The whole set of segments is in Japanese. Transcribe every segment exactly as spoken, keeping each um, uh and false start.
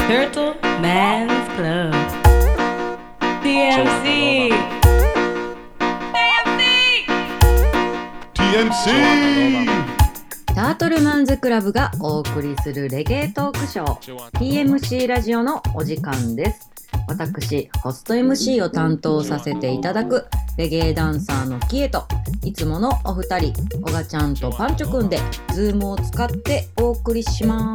Turtle Man's Club ティーエムシーティーエムシータートルマンズクラブがお送りするレゲエトークショー ティーエムシー ラジオのお時間です。私ホスト エムシー を担当させていただくレゲエダンサーのキエと、いつものお二人オガちゃんとパンチョくんでズームを使ってお送りします。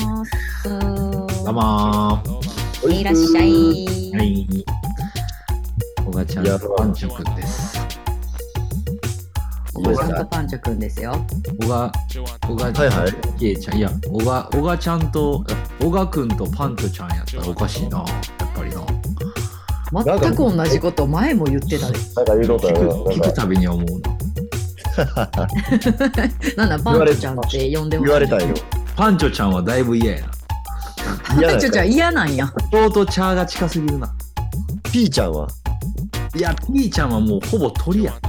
どうもー。 いらっしゃい。 はい。オガちゃんとパンチョくんです。 オガちゃんとパンチョくんですよ。 オガ、オガ、 はいはい。 キエちゃん、いや、オガ、オガちゃんと、オガくんとパンチョちゃんやったらおかしいな、やっぱりな。 全く同じこと前も言ってたで。 なんか言うこと聞く、 ある聞くたびに思うな。なんだ、パンチョちゃんって呼んでも言われたいよ。 パンチョちゃんはだいぶ嫌やな。 パンチョちゃん嫌なんや。 とうとチャーが近すぎるな。 ピーちゃんはいや、ピーちゃんはもうほぼ鳥や。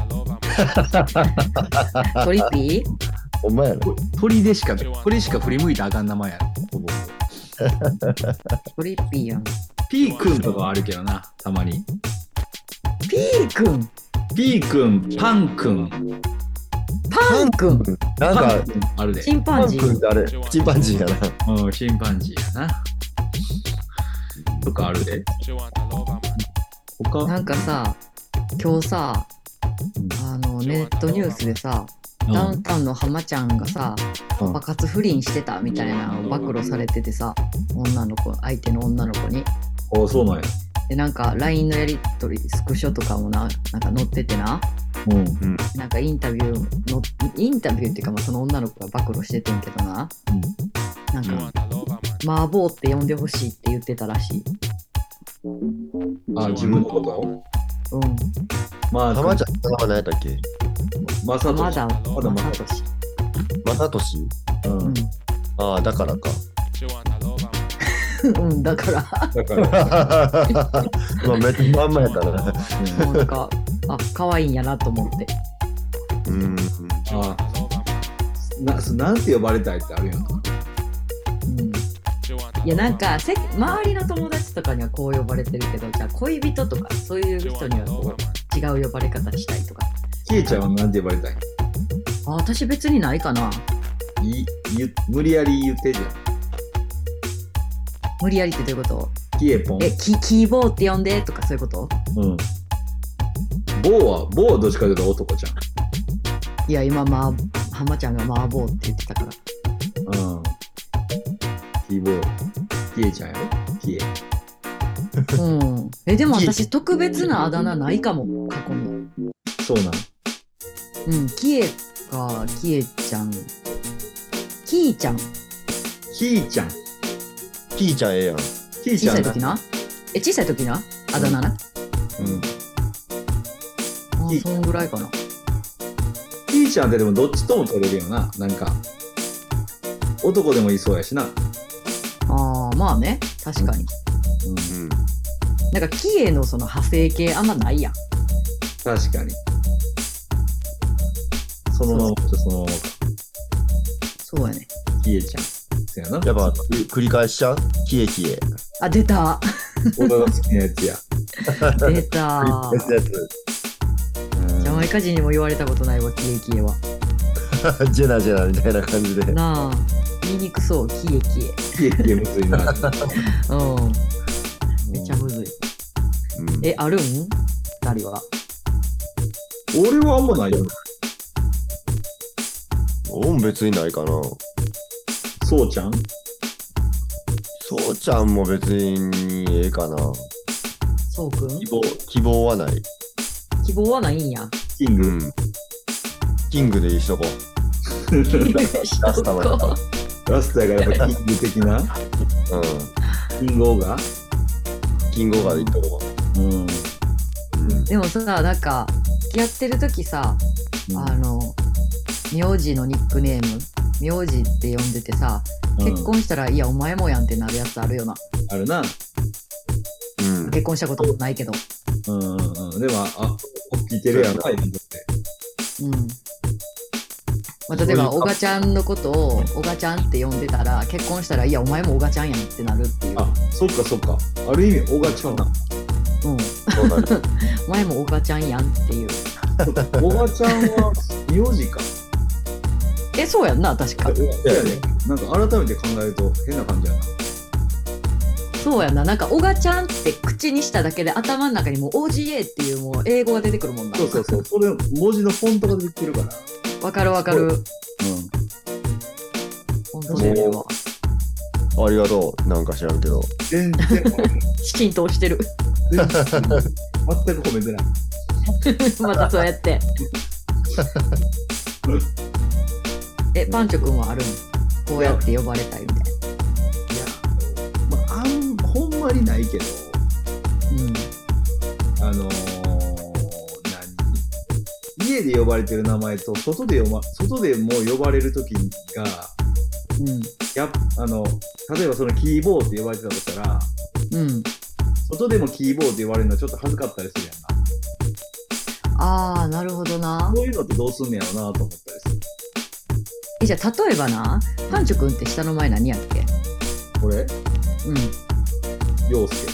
トリピーお前やろ。 鳥でしか、鳥しか振り向いたらあかん名前やろ。ほぼ。 トリピーやん。 ピーくんとかはあるけどな、たまに。 ピーくんピーくん、パンくん。 パンくんなんかパンくんあるで。 チンパンジーパン君ってあれチンパンジーやな。 うん、チンパンジーやな。とかあるで。他なんかさ、今日さ、あのネットニュースでさ、 うんダウンタウンの浜ちゃんがさ、 うん爆発不倫してたみたいなのを暴露されててさ、女の子、相手の女の子に。 おそうなんや。 で、なんか ライン のやり取り、スクショとかもな、なんか載っててな、 うん。 なんかインタビューの、インタビューっていうか、まあ、その女の子が暴露しててんけどな、なんか、麻婆って呼んでほしいって言ってたらしい。 あ、自分のことうん。 まあ、 たまちゃん、名前何やったっけ？ まさとし。 まだ、 まだまだまさとし。 まさとし？ うん。 うん。 ああ、だからか。 うん、だから、 だから、 まあ、めっちゃまんまやったな。 もうなんか、あ、可愛いんやなと思って。 うん。 あな、なんて呼ばれたいってあるよな。 うん。いや、なんか、せ周りの友達とかにはこう呼ばれてるけど、じゃあ恋人とか、そういう人にはこう、違う呼ばれ方したいとか。 キエちゃんはなんて呼ばれたい？ あ、私別にないかな。 いい無理やり言ってじゃん。 無理やりってどういうこと？ キエポン。 え、キキーボーって呼んでとかそういうこと？ うん。ボーは、ボーはどっちかというと男ちゃん。 いや、今、まあ、浜ちゃんが麻婆って言ってたから。 うん。キーボー、キエちゃんやろキエ。 うん。え、でも私、特別なあだ名ないかも、過去に。 そうなん。 うん、キエか、キエちゃん。キーちゃん。 キーちゃん。 キーちゃんええやん。 小キーちゃんさい時な。え、小さい時なあだ名な。 うん。 あ、そんぐらいかな。 キーちゃんってでもどっちとも取れるよな。なんか、男でもいそうやしな。 ああ、まあね。確かに。 うん。 うん。 なんか、キエのその派生系あんまないやん。 確かに。そのままとそのままか。 そうやね。 キエちゃん。そうやな。 やっぱ繰り返しちゃう？キエキエ。 あ、出た。 俺が好きなやつや。 出た。 繰り返すやつ。 うんジャマイカ人にも言われたことないわ、キエキエは。 ジェナジェナみたいな感じで。 なあ、言いにくそう、キエキエ。 キエキエむずいな。 うん。めっちゃむずい。 うんえ、あるん？二人は。 俺はあんまないよ。 俺も別にないかな。 そうちゃんそうちゃんも別にええかな。 そうくん希？望、希望はない。 希望はないんや。 キング。 うん。キングでいいしとこう。ラスタまで。 ラストやからやっぱキング的なうキングオーガーん。キングオーガーでいっとこうん。 う。うん。 でもさ、なんか、付き合ってる時さ、あの、名字のニックネーム、名字って呼んでてさ、 うん結婚したら、いや、お前もやんってなるやつあるよな。 あるな。 うん。 結婚したこともないけど。 うんうんうん。でも、あ、聞いてるやんか、今だって。 うん。 まあ、例えば、おがちゃんのことをおがちゃんって呼んでたら、結婚したら、いや、お前もおがちゃんやんってなるっていう。 あ、そっかそっか。ある意味、おがちゃんな。 うん。 そうなる。 お前もおがちゃんやんっていう。 おがちゃんは名字か。 え、そうやんな、確か。 いやいや、なんか改めて考えると変な感じやな。 そうやな、なんか、おがちゃんって口にしただけで頭の中にもう オージーエー っていうもう英語が出てくるもんな。 そうそうそう。それ、文字のフォントが出てくるから。 わかるわかる。 うん。 ほんと出るわ。 ありがとう。なんか知らんけど。 全然、 浸透してる。 全然全く褒めてない。 またそうやって。え、パンチョ君はあるのこうやって呼ばれたいみたいな。 いや、まあ、あん、ほんまにないけど、 うん。 あのー、何家で呼ばれてる名前と外で呼ば、外でも呼ばれるときが、 うん。 やっあの、例えばそのキーボーって呼ばれてたとしたら、 うん。 外でもキーボーって呼ばれるのはちょっと恥ずかったりするやんな。 あー、なるほどな。 そういうのってどうすんねやろうなと思ったりする。 え、じゃあ例えばな、パンチョ君って下の前何やっけ？ これ、 う陽介。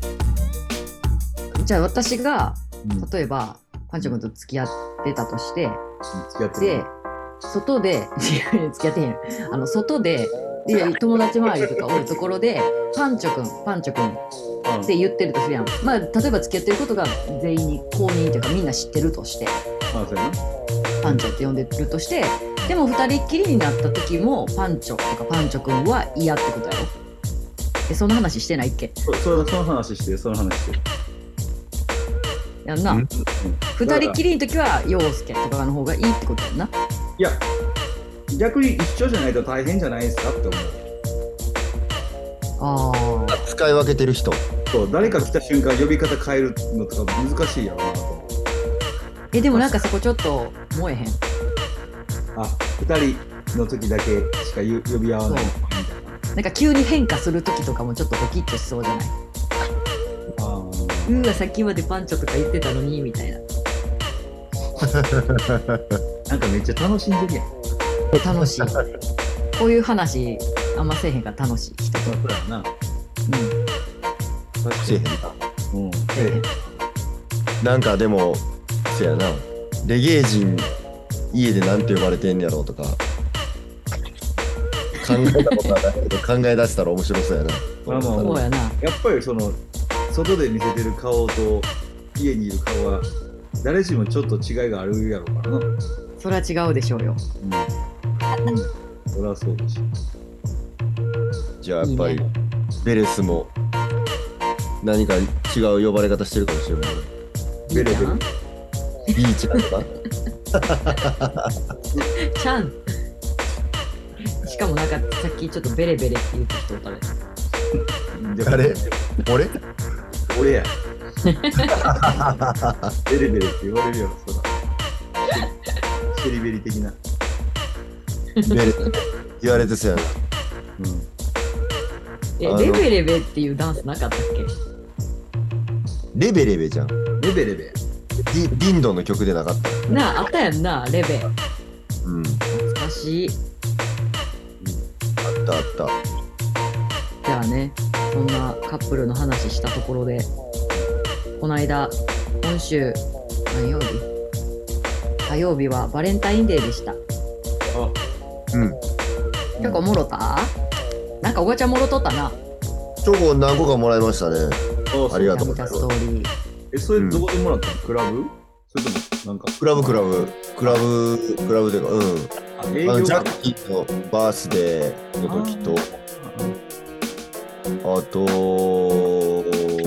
ん。じゃあ私が、 うん、 例えば、パンチョ君と付き合ってたとして、 付き合ってる。 で、外で、違う付き合ってへん。あの、外で、で、友達周りとかおるところで、パンチョ君、パンチョ君うんって言ってるとするやん。まあ、例えば付き合ってることが全員に公認というかみんな知ってるとして、 あ、そうやな。 パンチョって呼んでるとして、でも二人っきりになった時もパンチョとかパンチョ君は嫌ってことやろ。え、その話してないっけ？ そそその話してる、その話してる。 やんな。 ん二人っきりの時は陽介とかの方がいいってことやんな。 いや、逆に一緒じゃないと大変じゃないですかって思う。 ああ。 使い分けてる人。 そう誰か来た瞬間呼び方変えるのとか難しいやろうなと思う。 え、でもなんかそこちょっと燃えへん。 あ、二人の時だけしかゆ呼び合わないみたいな。 なんか急に変化する時とかもちょっとドキッとしそうじゃない？ あうわ、さっきまでパンチョとか言ってたのにみたいな。 なんかめっちゃ楽しんでるやん。 楽しい。こういう話あんませえへんから楽しい人と。 そうやな。 うん。 せえへんな。 うん。 せえへん。 なんかでも、せやな。レゲエ人、家でなんて呼ばれてんやろうとか、考えたことはないけど、考え出したら面白そうやな。 まあまあそうやな。 やっぱりその外で見せてる顔と家にいる顔は誰しもちょっと違いがあるやろうからな。 それは違うでしょうよ。 うん。うん。そりゃそうでしょ。 じゃあやっぱり、 いいねベレスも何か違う呼ばれ方してるかもしれない。 ベレベレ。 ビーチなんかちゃん。しかもなんかさっきちょっとベレベレって言って人おったね。 誰俺俺や。ベレベレって言われるやろ、そら。シェリベリ的な。 ベレ言われてそうやな。 え、 あのレベレベっていうダンスなかったっレベレベじゃん。 レベレベ。 ディディンドンの曲でなかった。 け？なあ、あったやんな、レベ。 うん。 懐かしい。 あったあった。 じゃあね、そんなカップルの話したところで、この間、今週、何曜日？火曜日はバレンタインデーでした。 あ、 うん。 結構もろた？なんかおばちゃんもろとったな。 チョコ何個かもらいましたね。 あありがとう見たございます。 ストーリー。 え、それどこでもらったの？クラブ？それともなんかクラブクラブクラブクラブというか、うん。 営業あのジャッキーのバースデーの時と、あと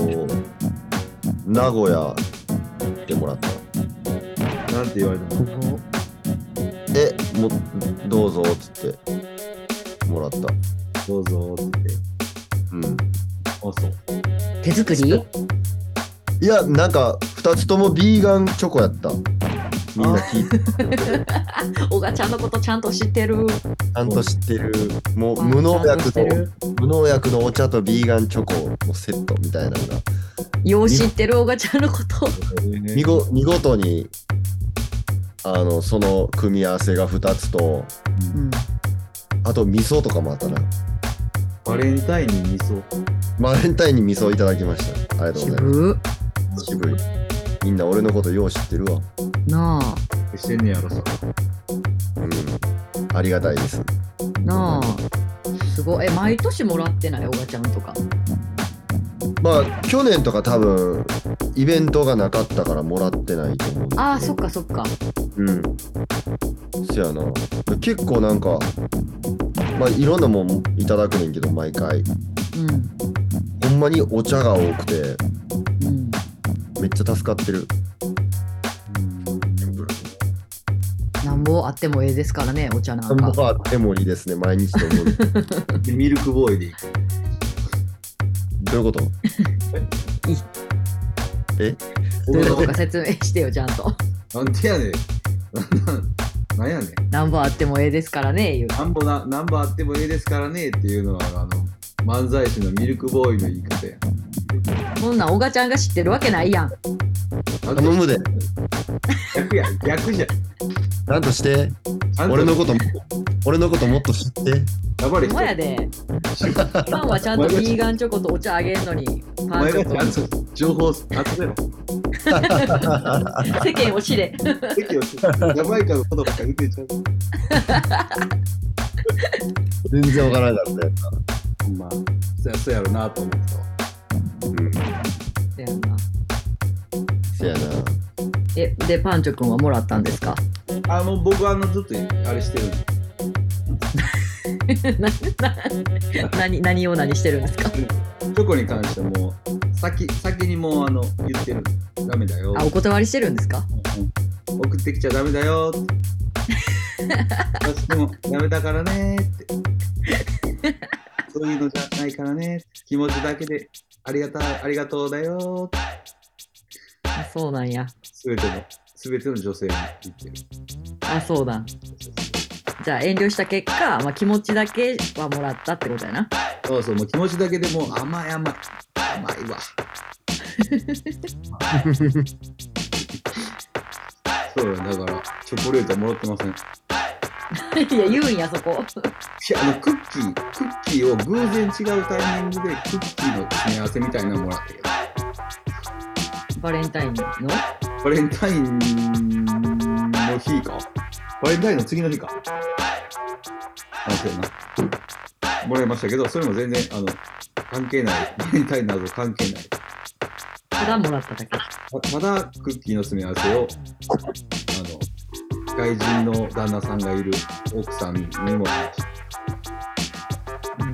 名古屋でもらった。 なんて言われたの？ え、もどうぞっつってもらった。 どうぞって。 うん。 あ、そう。 手作り？ いや、なんかふたつともビーガンチョコやった。みんな聞いておがちゃんのことちゃんと知ってる。 ちゃんと知ってる。もう無農薬の無農薬のお茶とビーガンチョコのセットみたいなのがよう知ってるおがちゃんのこと。 見ご見事にあのその組み合わせがふたつと、 うん、 あと味噌とかもあったな。 バレンタインに味噌。 バレンタインに味噌いただきました。ありがとうございます。渋い。みんな俺のことよう知ってるわ。 なあ。 してんねやろさ。 うん。ありがたいです。 なあ。すごい。え、毎年もらってないおばちゃんとか。 まあ去年とか多分イベントがなかったからもらってないと思う。 ああ、そっかそっか。 うん。そやな。結構なんか、まあいろんなもんいただくねんけど毎回。 うん。 ほんまにお茶が多くて、 うん、 めっちゃ助かってる。 なんぼあってもええですからね、お茶なんか。 なんぼあってもいいですね、毎日と思う。 でミルクボーイでいく。 どういうことえどういうことか説明してよ、ちゃんと。 なんでやねん。なんやねん。 なんぼあってもええですからね、言う。 なんぼな、なんぼあってもええですからねっていうのは、あの、漫才師のミルクボーイの言い方や。 そんなん、おがちゃんが知ってるわけないやん。 頼むで。 逆や、逆じゃん。 ちゃんとして。俺のことも、俺のこともっと知って。 やばれほんまやで。パンはちゃんとビーガンチョコとお茶あげんのに、パンチョコ。 お前がちゃんと情報集めろ。 世間を知れ。 世間を知れ。やばいからことばっかり言ってちゃう。 全然わからなかったやつ。 ほんま、そうやろなと思ったわ。 うん。 せやな。 せやな。 え、で、パンチョ君はもらったんですか？ あの、僕あの、ちょっとあれしてる。 なな何何を何してるんですか？ チョコに関しても先先にもうあの言ってる。ダメだよ。 あ、お断りしてるんですか？ うん、送ってきちゃダメだよって。私でもダメだからねって。そういうのじゃないからね。気持ちだけでありがたいありがとうだよって。 あ、そうなんや。 すべてのすべての女性に言ってる。 あ、そうだ。じゃあ遠慮した結果、まあ、気持ちだけはもらったってことやな。 そうそう、もう気持ちだけでもう甘い甘い甘いわ。そうだ、だからチョコレートはもらってません。 いや、言うんや、そこ。 いや、あのクッキー、クッキーを偶然違うタイミングでクッキーの詰め合わせみたいなのもらったけど。 バレンタインのバレンタインの日か。バレンタインの次の日か。あ、そうやな。もらいましたけど、それも全然あの関係ない。バレンタインなど関係ない。 ただもらっただけ。 ただクッキーの詰め合わせをあの外人の旦那さんがいる奥さんにもらいました。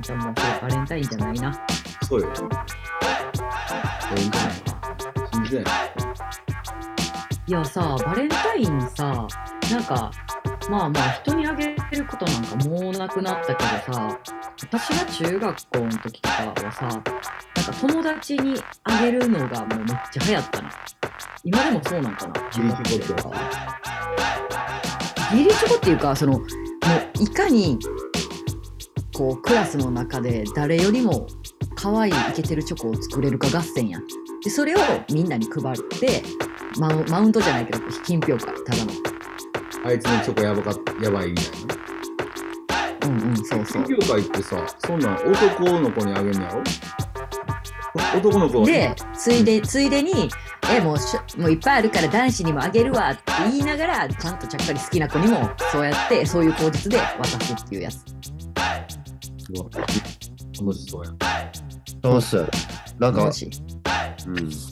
なんかもうそれバレンタインじゃないな。 そうよ。バレンタイン信じてない。 いやさ、バレンタインさ、なんかまあまあ人にあげることなんかもうなくなったけどさ、私が中学校の時とかはさ、なんか友達にあげるのがもうめっちゃ流行ったな。今でもそうなんかな。 ギリチョコとか。 ギリチョコっていうか、そのもういかにこうクラスの中で誰よりも可愛いイケてるチョコを作れるか合戦やん。でそれをみんなに配ってマウ、マウントじゃないけど品評価ただの。 あいつのチョコやばかったやばいみたいな。 うんうん、そうそう。 品評会ってさ、そんなん男の子にあげんのやろ？男の子で、ついで、ついでに、え、もうしょ、もういっぱいあるから男子にもあげるわって言いながら、ちゃんとちゃっかり好きな子にも、そうやって、そういう口実で渡すっていうやつ。 うわ楽しそうや。 楽しそうや。なんか、 楽しい。 うん。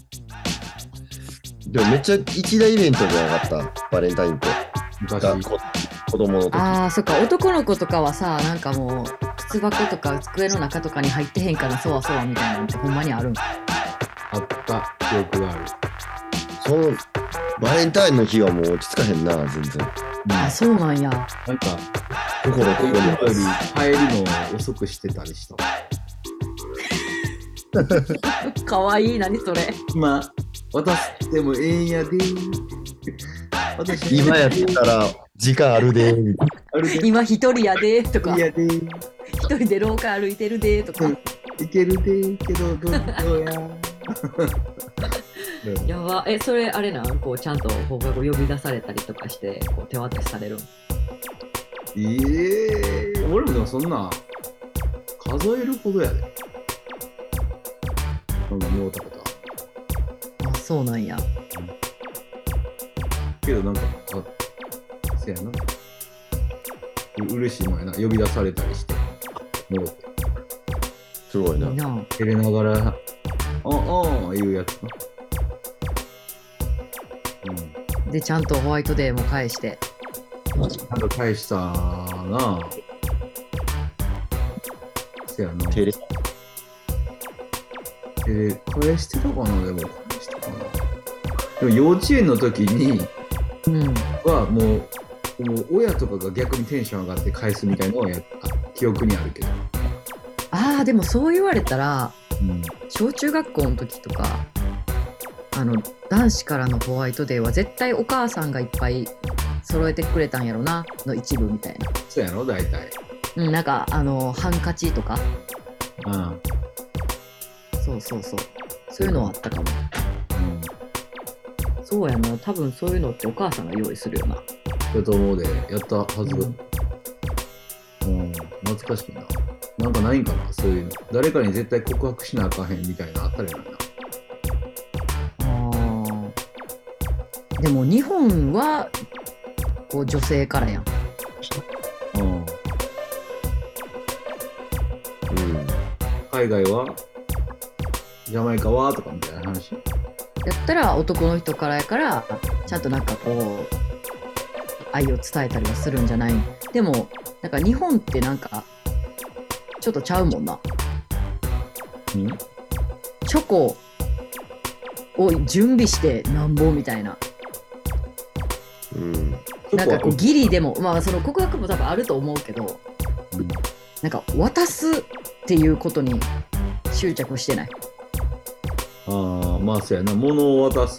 でもめっちゃ一大イベントじゃなかった、バレンタインって。 昔。 子供の時。 ああ、そっか、男の子とかはさ、なんかもう、靴箱とか机の中とかに入ってへんからそわそわみたいなんてほんまにあるん？ あった記憶がある。 そのバレンタインの日はもう落ち着かへんな、全然。 あ、そうなんや。 なんか、 心ここにより帰るのを遅くしてたりした。 かわいい、何それ。 今、渡してもええんやで今やったら時間あるでー。 あるで今一人やでとか、 いやで一人で廊下歩いてるでとか。 いけるでけどどうどうややば。え、それあれなんこうちゃんと放課後呼び出されたりとかしてこう手渡しされるん？ ええー、俺もでもそんな数えるほどやで。そんなもうたことは。 あ、そうなんや。 けどなんか、あ、せやな。う嬉しいもんやな。呼び出されたりして。もうすごいな。 いいな。 照れながら、ああ、言うやつな。うん。 でちゃんとホワイトデーも返して。 ちゃんと返したな。せやな。 照れ。 えー、返してたかなでも返したかなでも幼稚園の時にうん。 はもう、もう親とかが逆にテンション上がって返すみたいなのはやった記憶にあるけど。 ああ、でもそう言われたらうん。 小中学校の時とかあの男子からのホワイトデーは絶対お母さんがいっぱい揃えてくれたんやろなの一部みたいな。 そうやろ大体。 うん、なんかあのハンカチとか。 うん。うん。 そうそうそう。そういうのはあったかも。そうやな。多分そういうのってお母さんが用意するよな。 だと思うで、やったはず。うん。懐かしいな。なんかないんかなそういうの。誰かに絶対告白しなあかへんみたいなあったりないな。 あーでも日本はこう女性からやん。 うん。 うん。 海外はジャマイカはとかみたいな話。 やったら男の人からやからちゃんとなんかこう愛を伝えたりはするんじゃない。でもなんか日本ってなんかちょっとちゃうもんな。 うん。 チョコを準備してなんぼみたいな。 うん。 なんかこうギリでもまあその告白も多分あると思うけど、 うんなんか渡すっていうことに執着してない。 ああ、まあそうやな。物を渡す。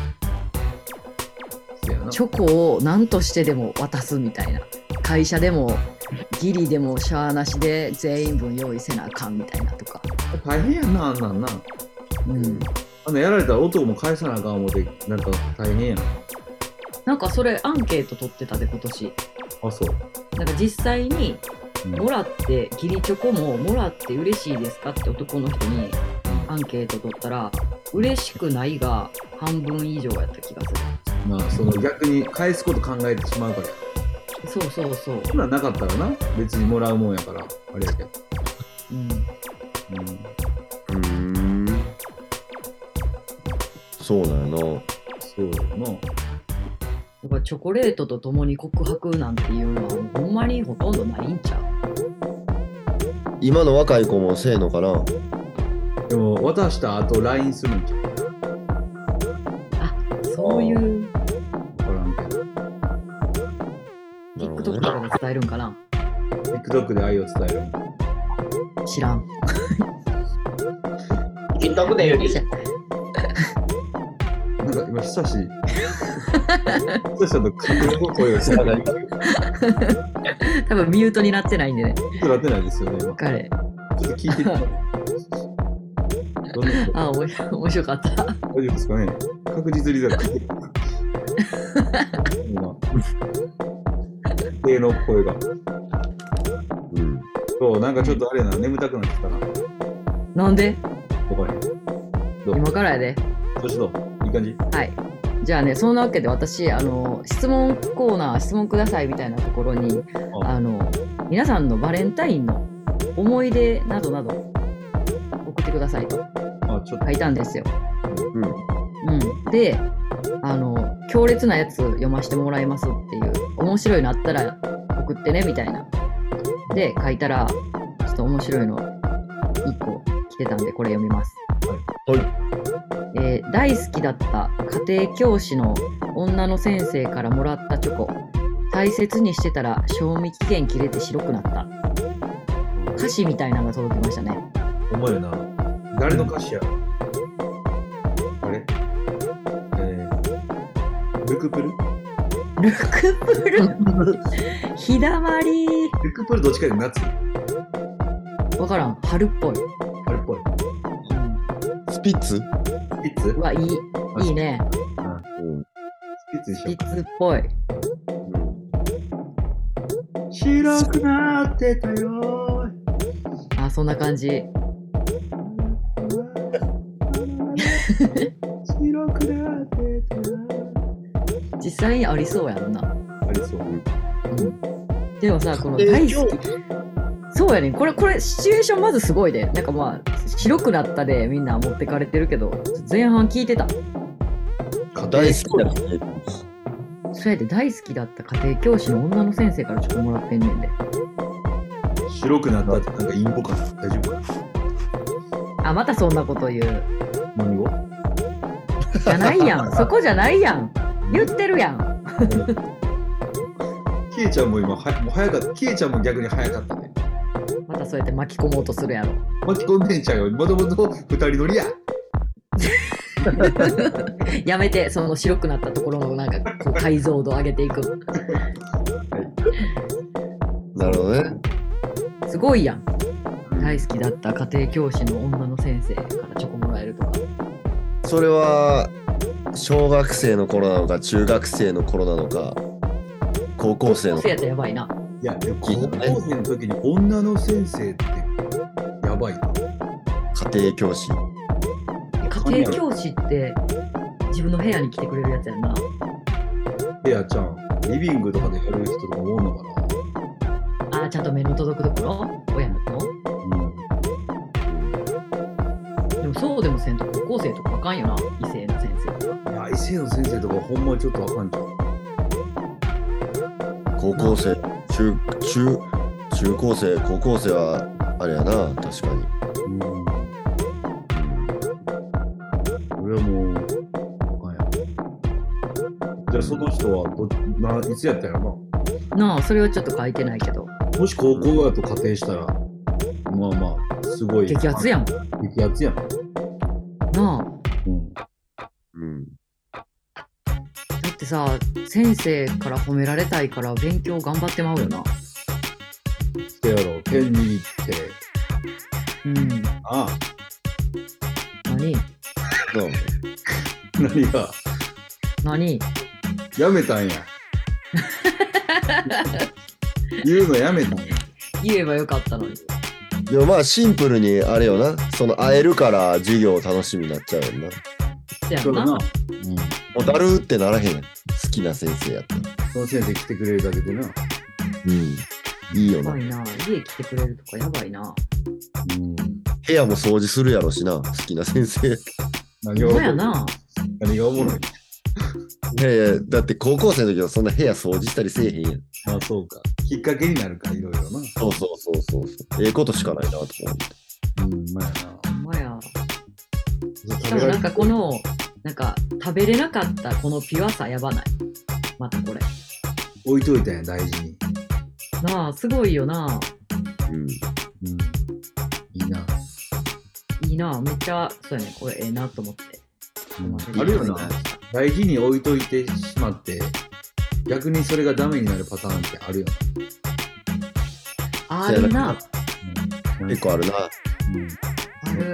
そうやな。 チョコを何としてでも渡すみたいな。会社でもギリでもシャアなしで全員分用意せなあかんみたいなとか。 大変やな、あんなんな。 うん。 あんなやられたら男も返さなあかん思って、なんか大変やな。 なんかそれアンケート取ってたで今年。 あ、そう。 なんか実際にうんもらってギリチョコももらって嬉しいですかって男の人にアンケート取ったら嬉しくないが半分以上やった気がする。 まあ、その逆に返すこと考えてしまうからや。 そうそうそう。 そんなんなかったらな、別にもらうもんやから、あれやけど。 うん。 うん。 うん。そうなんやな。 そうやな。 やっぱチョコレートとともに告白なんていうのはほんまにほとんどないんちゃう？ 今の若い子もせえのかな。 でも、渡した後 ライン するんちゃう？ あ、そういう。 わからんけど。 TikTok とかで伝えるんかな。 TikTok で愛を伝える。 知らん。 TikTok でより。 なんか今、久し、久しの格好の声が知らない。 多分ミュートになってないんでね。 なってないですよね、今。 彼。 ちょっと聞いてみて。どんな声あ、おもし面白かった。 大丈夫ですかね確実にだから。今、芸の声が。 うん。 そう、なんかちょっとあれやな、眠たくなってきたな。 なんで？ わかる。どう今からやで。 どうしどういい感じはい。じゃあね、そんなわけで私、あの、質問コーナー、質問くださいみたいなところに、 ああの、皆さんのバレンタインの思い出などなど送ってくださいとあ、ちょっと。 書いたんですよ。 うん。 うん。で、あの、強烈なやつ読ませてもらいますっていう、面白いのあったら送ってねみたいな。で、書いたら、ちょっと面白いのいっこ来てたんで、これ読みます。 はい。 えー大好きだった家庭教師の女の先生からもらったチョコ。大切にしてたら賞味期限切れて白くなった。歌詞みたいなのが届きましたね。 お前な。誰の歌詞やあれえー、ルクプルルクプル日だまりルクプルどっちかで夏わからん。春っぽい。 あれっぽい。 スピッツ？ いつはいい。 いいね。 うん。 スピッツにしよスピッツっぽい。 う。白くなってたよ。 あ、そんな感じ。 白くなってたよ。 実際にありそうやんな。 ありそう。 でもさ、この大好き。そうやねん。これ、これ、シチュエーションまずすごいで。なんかまあ、白くなったでみんな持ってかれてるけど、前半聞いてた。 大好きだね。 そうやで、大好きだった家庭教師の女の先生からチョコもらってんねんで。 白くなったってなんかインポかな。大丈夫かな。 あ、またそんなこと言う。 何語？ じゃないやん。そこじゃないやん。言ってるやん。 キエちゃんも今はもう早かった。キエちゃんも逆に早かったね。 またそうやって巻き込もうとするやろ。 巻き込んでんちゃうよ。もともと二人乗りや。 やめて、その白くなったところのなんかこう解像度上げていく。 なるほどね。 すごいやん。大好きだった家庭教師の女の先生からチョコもらえるとか。 それは小学生の頃なのか中学生の頃なのか高校生の高校生やったらやばいな。 いや、でも高校生の時に女の先生ってやばいな。 家庭教師。 家庭教師って自分の部屋に来てくれるやつやんな。 部屋ちゃん、リビングとかでやる人とか思うのかな。 あー、ちゃんと目の届くところ親の子。でもそうでもせんと高校生とかあかんよな、異性の先生とか。 いや、異性の先生とかほんまにちょっとあかんじゃん。 高校生中中中高生高校生はあれやな確かに。 うん。俺はもうあかんや。じゃあその人はどないつやったやろなあ、それはちょっと書いてないけど。 な。もし高校だと仮定したら、まあまあすごい激アツやん。 激アツやん。 なあ。 うん。 うん。 だってさ、先生から褒められたいから勉強頑張ってまうよな。 してやろ、ペン握って。 うん。 ああ、 何どう何が何やめたんや。言うのやめたんや。 言えばよかったのに。 でもまあシンプルにあれよなその会えるから授業楽しみになっちゃうよな。 そやな。 そうだな。うん。 もうだるーってならへんやん好きな先生やったら。 その先生来てくれるだけでな。 うんいいよな。 やばいな。家来てくれるとかやばいな。 うん。 部屋も掃除するやろしな好きな先生。 何がほんまやな。 何がおもろい。 いやいやだって高校生の時はそんな部屋掃除したりせえへんやん。 ああ、そうか。きっかけになるか、いろいろな。 そうそうそうそうそうええことしかないなと思って。 うん、まあやな。 ほんまや。ししかもなんかこの、なんか食べれなかったこのピュアさやばない。またこれ。 置いといたんや、大事に。 なあ、すごいよな。 うんうん。いいな。 いいな。めっちゃ、そうやね。これええなと思って。 あるよな。大事に置いといてしまって、逆にそれがダメになるパターンってあるよな。 あるな。 うん、 結構あるな。 ある。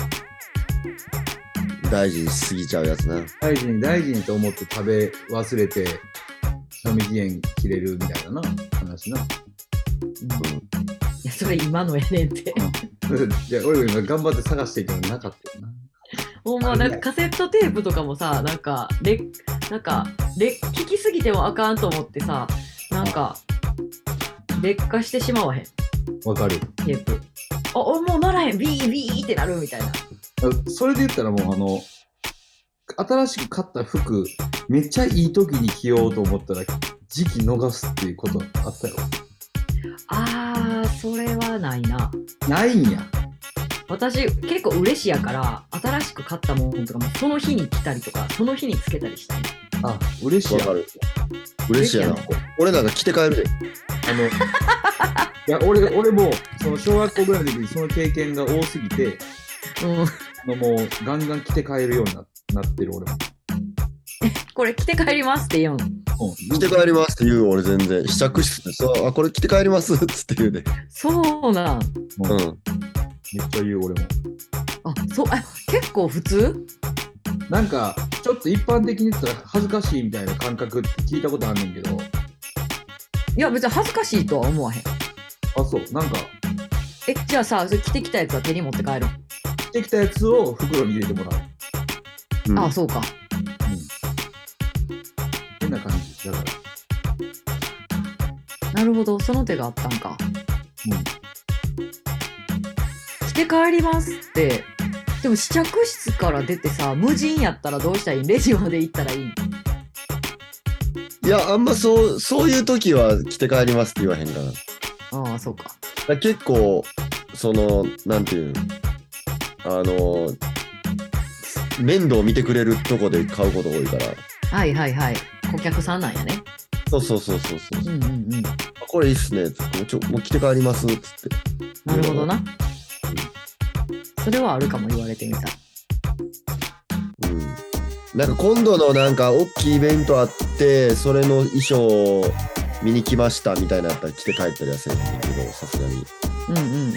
大事にしすぎちゃうやつな。 大事に大事にと思って食べ忘れて、賞味期限切れるみたいなな話な。 うん、いや、それ今のええねんって。 いや、俺も今頑張って探してんけどなかったよな。 ほんま、なんかカセットテープとかもさ、なんか、レなんかレ聞きすぎてもあかんと思ってさ、なんか、劣化してしまわへん。 わかる。 テープ。あ、おもうならへん、ビービーってなるみたいな。 それで言ったらもうあの、新しく買った服、めっちゃいい時に着ようと思ったら、時期逃すっていうことあったよ。 あー、それはないな。 ないんや。 私、結構嬉しいやから、新しく買ったもんとかも、その日に着たりとか、その日につけたりしたい。 あ、嬉しいや。 わかる。嬉しいやな。俺なんか着て帰るで。 あの、いや、俺、俺も、その小学校ぐらいの時にその経験が多すぎて、 うん。 あのもうガンガン着て帰るように な, なってる俺も。 これ着て帰りますって言うん。 着て帰りますって言う俺全然。試着室そう、あ、これ着て帰りますっつって言うで。 そうなん。 うん。 うん。 めっちゃ言う俺も。 あ、そう、あ、結構普通？ なんか、 ちょっと一般的に言ったら恥ずかしいみたいな感覚って聞いたことあんねんけど。 いや別に恥ずかしいとは思わへん。 あ、そう。なんか、 え、じゃあさ、それ着てきたやつは手に持って帰るん？ 着てきたやつを袋に入れてもらう。 うん、 ああ、そうか。 うん。変な感じ。だから。 なるほど、その手があったんか。 うん。 着て帰りますって、でも試着室から出てさ、無人やったらどうしたらいい？レジまで行ったらいい？ いや、あんまそう、そういう時は着て帰りますって言わへんかな。 ああ、そうか。 だから結構、その、なんていうの、あの、面倒見てくれるとこで買うこと多いから。 はいはいはい。顧客さんなんやね。 そうそうそうそうそう。 うんうんうん。 これいいっすね。つってちょ、もう着て帰りますっつって。 なるほどな。それはあるかも、言われてみた。 うん。なんか今度のなんか大きいイベントあって、それの衣装を見に来ましたみたいなやったら着て帰ったりはせんねんけど、さすがに。 うんうんうん。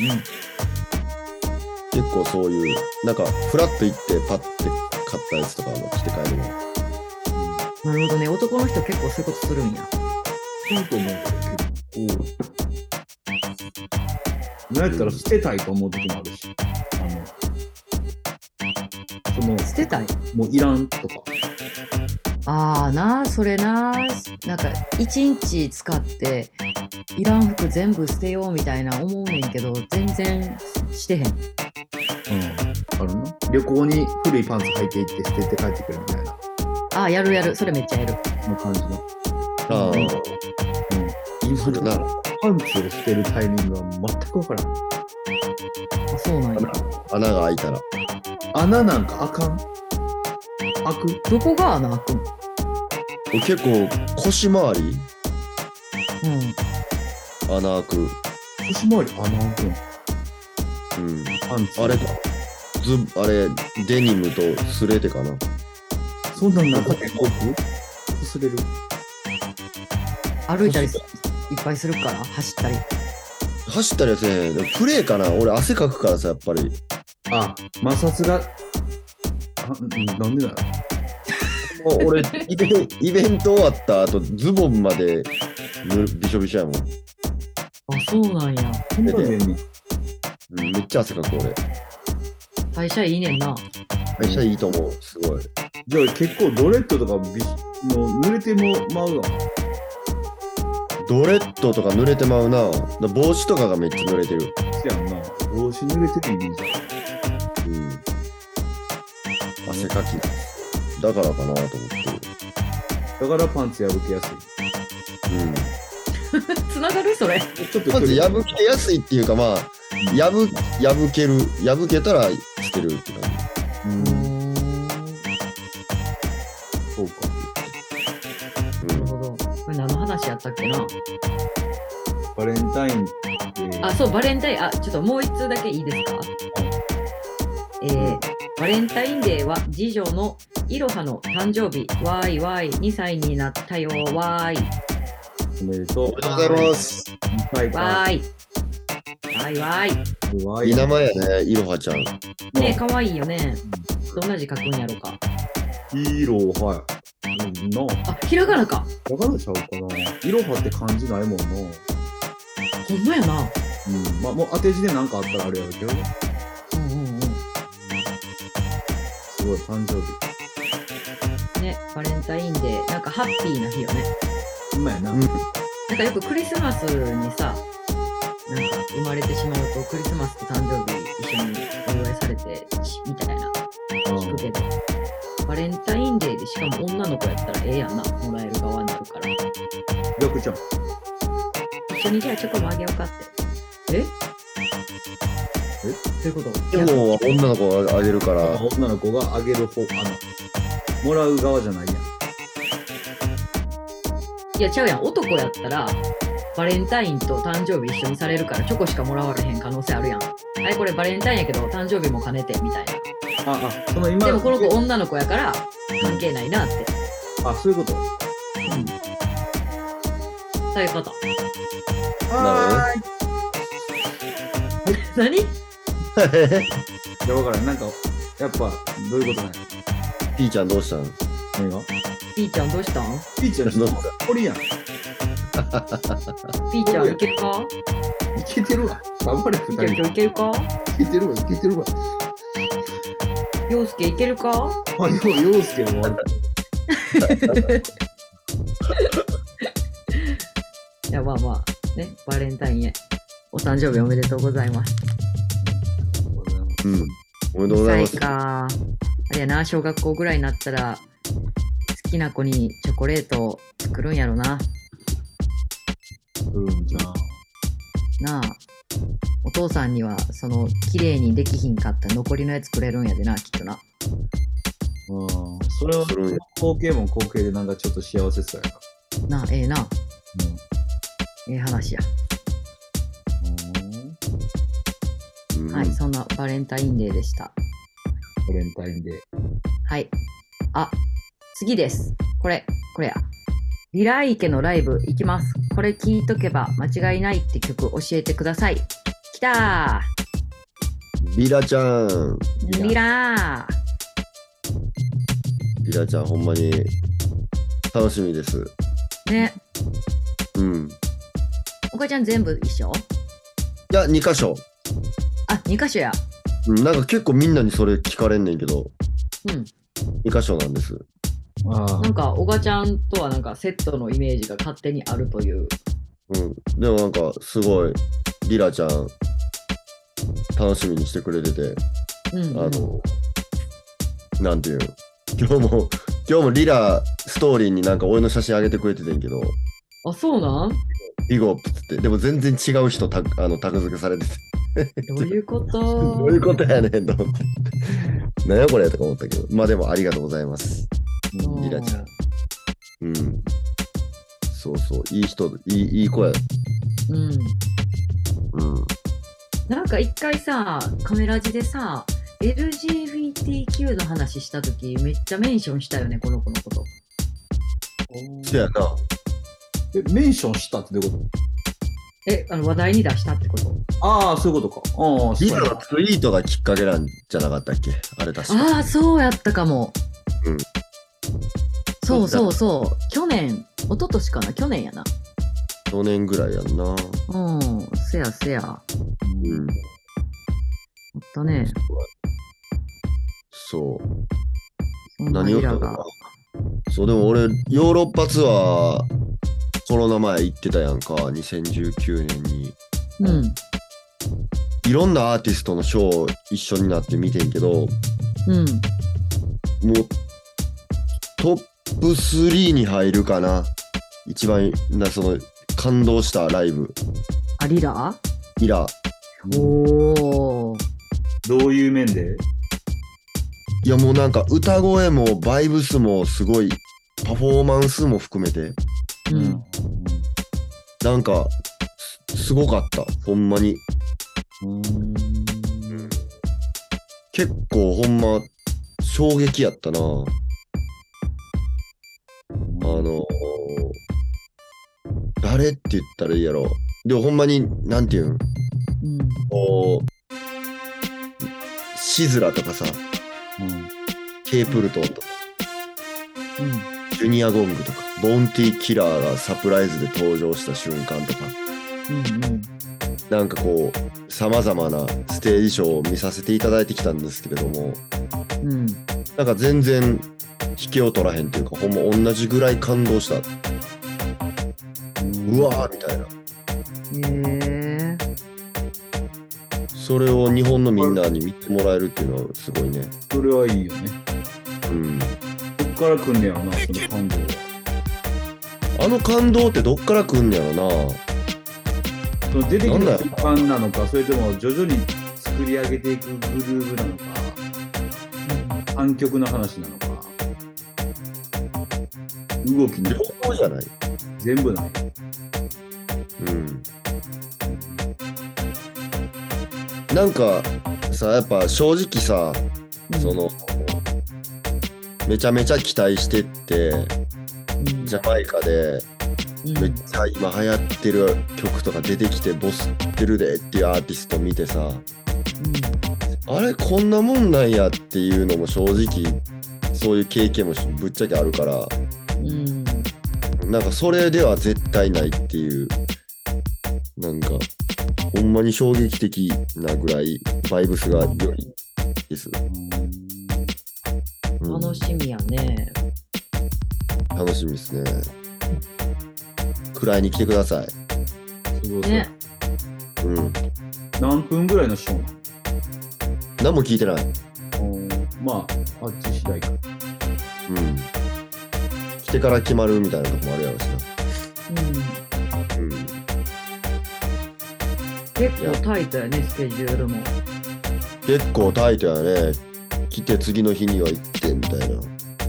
結構そういう、なんかフラッと行ってパッて買ったやつとかも着て帰るの。 なるほどね。男の人結構そういうことするんや。 そうと思うけど、結構。なんやったら捨てたいと思う時もあるし。あの、その、 捨てたい？ もういらんとか。 ああな、それな。なんか一日使っていらん服全部捨てようみたいな思うねんけど、全然してへん。 うん。あるな。旅行に古いパンツ履いていって捨てて帰ってくるみたいな。 ああ、やるやる。それめっちゃやる。 の感じの。 ああ。 うん。今だなパンツを捨てるタイミングは全くわからん。 あ、そうなんや。 穴が開いたら。 穴なんかあかん。開く。 どこが穴開くん？ 結構腰回りうん。 穴開く。 腰回り穴開くん。 うん。 パンツ。 あれか。ず、あれ、デニムとスレテかな。 そんなん中で奥擦れる。 歩いたりいっぱいするから、走ったり。 走ったりはせん。プレーかな。俺汗かくからさ、やっぱり。 あ、摩擦が。あ、なんでだろもう俺イベン、イベント終わった後、ズボンまでぬびしょびしょやもん。 あ、そうなんや。 う。本当にね。 うん、めっちゃ汗かく俺。 代謝いいねんな。 めっちゃいいと思う。すごい。 じゃあ結構ドレッドとかびもう濡れてもまうわ。 ドレッドとか濡れてまうな。だ帽子とかがめっちゃ濡れてる。 せやんな。帽子濡れてるイメージだ。 うん。汗かきだからかなと思ってる。 だからパンツ破けやすい。 うん。 つながるそれ。 ちょっとまず破けやすいっていうか、まあ、破、破ける。破けたら捨てるって感じ。 うーん。 そうか。 なるほど。これ何の話やったっけな。 バレンタインデー。 あ、そう、バレンタイン、あ、ちょっともう一通だけいいですか？えー、バレンタインデーは次女のいろはの誕生日。わーいわーい。にさいになったよ。わーい。 おめでとう。 おめでとうございます。 わーい。わーいわーい。 わい。 いい名前やね、いろはちゃん。 ねえ、かわいいよね。どんな字書くんやろか。 いろは。うんな。 あ、ひらがなか。 わかるちゃうかな。いろはって漢字ないもんな。 ほんまやな。 うん。まあ、もう当て字でなんかあったらあれやるけど。 うんうんうん。 すごい、誕生日。 ね、バレンタインデー、なんかハッピーな日よね。 ほんまやな。 うん。 なんかよくクリスマスにさ、なんか生まれてしまうとクリスマスと誕生日一緒にお祝いされてみたいな聞くけど、バレンタインデーでしかも女の子やったらええやんな、もらえる側になるから。 逆ちゃん。 一緒にじゃあチョコもあげようかって。ええどういうことでも女の子があげるから。 女の子があげる方、あの、もらう側じゃないやん。 いや、ちゃうやん。男やったら、バレンタインと誕生日一緒にされるからチョコしかもらわれへん可能性あるやん。はい、これバレンタインやけど誕生日も兼ねてみたいな。 あ、あ、その今。 でもこの子女の子やから関係ないなって。 あ、そういうこと。 そういうこと。 はーい。 何？ いや、わからん。なんか、やっぱ、どういうことなんや。 ピーちゃんどうしたん？ 何が？ ピーちゃんどうしたん？ ピーちゃんちょっとこれやん。いピーちゃんいけるか？ けてるわ。頑張れピーちゃん今日いけるか？ いけてるわ、いけてるわ。 陽介いけるか？ あ、よう、陽介も悪いや、まあまあ、ね、バレンタインへ。お誕生日おめでとうございます。 うん。おめでとうございます。 さいか。あれやな、小学校ぐらいになったら、好きな子にチョコレートを作るんやろな。 うんじゃあ。 なあ。お父さんには、その、綺麗にできひんかった残りのやつくれるんやでな、きっとな。 うん。それは、 するんや光景も光景でなんかちょっと幸せそうやな。 なあ、ええな。 うん。 ええ話や。 うんはい、そんなバレンタインデーでした。 バレンタインデー。 はい。あ、次です。これ、これや。リライケのライブ行きます。これ聞いとけば間違いないって曲教えてください。きたリラちゃん。 ーリラリラちゃん、ほんまに楽しみです。 ーね。 うん。 お母ちゃん全部一緒？ いや、に箇所。 あ、に箇所や。 うん、なんか結構みんなにそれ聞かれんねんけど、 うん。 に箇所なんです。 あなんか、おがちゃんとはなんかセットのイメージが勝手にあるという。 うん。でもなんかすごい、リラちゃん、楽しみにしてくれてて、 うん、うん。 あの、なんていうの、今日も、今日もリラストーリーになんか俺の写真あげてくれててんけど、 あ、そうなん？ ビゴップっつって、でも全然違う人タグあのタグ付けされてて、 どういうことどういうことやねんと思って。何やこれとか思ったけど、まあでもありがとうございます。リラちゃん。うん。そうそう、いい人、いいいい子や。 うん。 うん。 なんか一回さ、カメラ字でさ、エルジービーティーキュー の話したとき、めっちゃメンションしたよね、この子のこと。 そやな。 え、メンションしたってどういうこえ、あの話題に出したってこと？ と？ああ、そういうことか。ああ、そうやリラのツイートがきっかけなんじゃなかったっけ、あれ確か。 ああ、そうやったかも。 うん。 そうそうそう。去年、一昨年かな、去年やな。 去年ぐらいやんな。 うん、せやせや。 うん。 ほんとね、 そう。 そんな何をリラが。 そう、でも俺、ヨーロッパツアー、コロナ前行ってたやんか、にせんじゅうきゅうねんに。 うん、 いろんなアーティストのショーを一緒になって見てんけど、 うん。 もう、トップスリーに入るかな。一番、な、その、感動したライブ。 あ、リラ？ ミラ。 おー。 どういう面で？ いやもうなんか歌声もバイブスもすごい、パフォーマンスも含めて、 うん。 なんか、すすごかった。ほんまに。 うん。 結構ほんま、衝撃やったな。あの、誰って言ったらいいやろ。でもほんまに、なんていうん、 うん。 こう、シズラとかさ、 うん。 ケープルトンとか、 うん。 ジュニアゴングとか、ボンティキラーがサプライズで登場した瞬間とか、 うん。うん。 なんかこう、様々なステージショーを見させていただいてきたんですけれども、 うん。 なんか全然引けを取らへんというか、ほんま同じぐらい感動した。うわーみたいな。 へえ。 それを日本のみんなに見てもらえるっていうのはすごいね。 それはいいよね。 うん。 どっから来んねやろな、その感動は。 あの感動ってどっから来んねやろな。 その出てきなんだよた時間なのか、それとも徐々に作り上げていくグルーヴなのか、反曲の話なのか、動きの両方じゃない。 全部ない。 うん。なんかさ、やっぱ正直さ、その、めちゃめちゃ期待してって、ジャマイカで、めっちゃ今流行ってる曲とか出てきてボスってるでっていうアーティスト見てさ、あれこんなもんなんやっていうのも正直そういう経験もぶっちゃけあるから、 うん、 なんかそれでは絶対ないっていう、なんかほんまに衝撃的なぐらいバイブスが良いです。 うん、楽しみやね。 楽しみですね。くらいに来てください。 すごいね。 うん。 何分ぐらいのショーなの？ 何も聞いてない。 まあ、あっち次第か。 うん。来てから決まるみたいなとこもあるやろしな。うん。うん。 結構タイトやね、スケジュールも。 結構タイトやね。来て次の日には行ってみたいな。ね。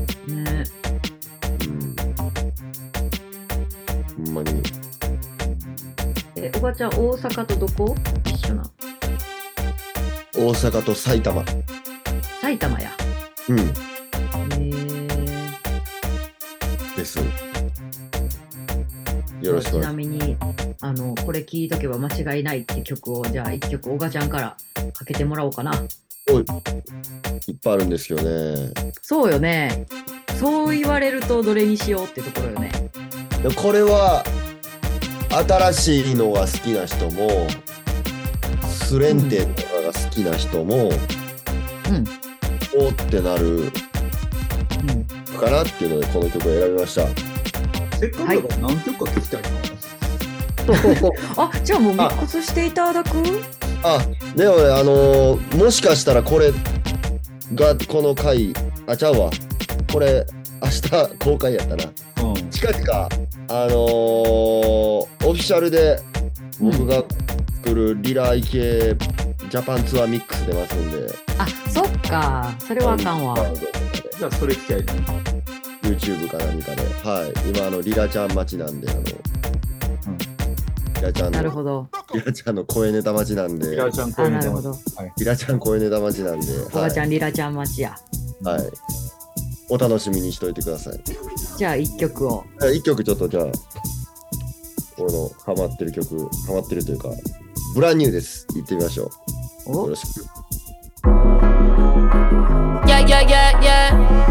うん。ほんまに。 え、おばちゃん、大阪とどこ一緒な？ 大阪と埼玉。 埼玉や。 うん。へー。 です。よろしくお願いします。 ちなみに、あの、これ聴いとけば間違いないって曲を、じゃあ一曲、おがちゃんからかけてもらおうかな。 おい。いっぱいあるんですけどね。 そうよね。そう言われるとどれにしようってところよね。 これは、新しいのが好きな人も、スレンテンとかが好きな人も、 うん。 おってなる、うん、かなっていうのでこの曲を選びました。 せっかくだから何曲か聴きたいな。 あ、じゃあもうミックスしていただく？ あ、でもね、あのー、もしかしたらこれがこの回、あ、ちゃうわ。これ明日公開やったな。うん、近々あのー、オフィシャルで僕が作るリライ系ジャパンツアーミックス出ますんで。 あ、そっか。それはあかんわ。 じゃあそれ聞きたいね。 YouTube か何かで。はい。今あのリラちゃん待ちなんで、あの、うん、リラちゃんの。 なるほど。 リラちゃんの声ネタ待ちなんで。 リラちゃん声ネタ待ち。 はい、リラちゃん声ネタ待ちなんで。 おばちゃん、はい、リラちゃん待ちや。 はい。お楽しみにしといてください。 じゃあ一曲を。 一曲ちょっとじゃあ、俺のハマってる曲、ハマってるというか、ブランニューです。行ってみましょう。よろしく。 Yeah, yeah, yeah, yeah.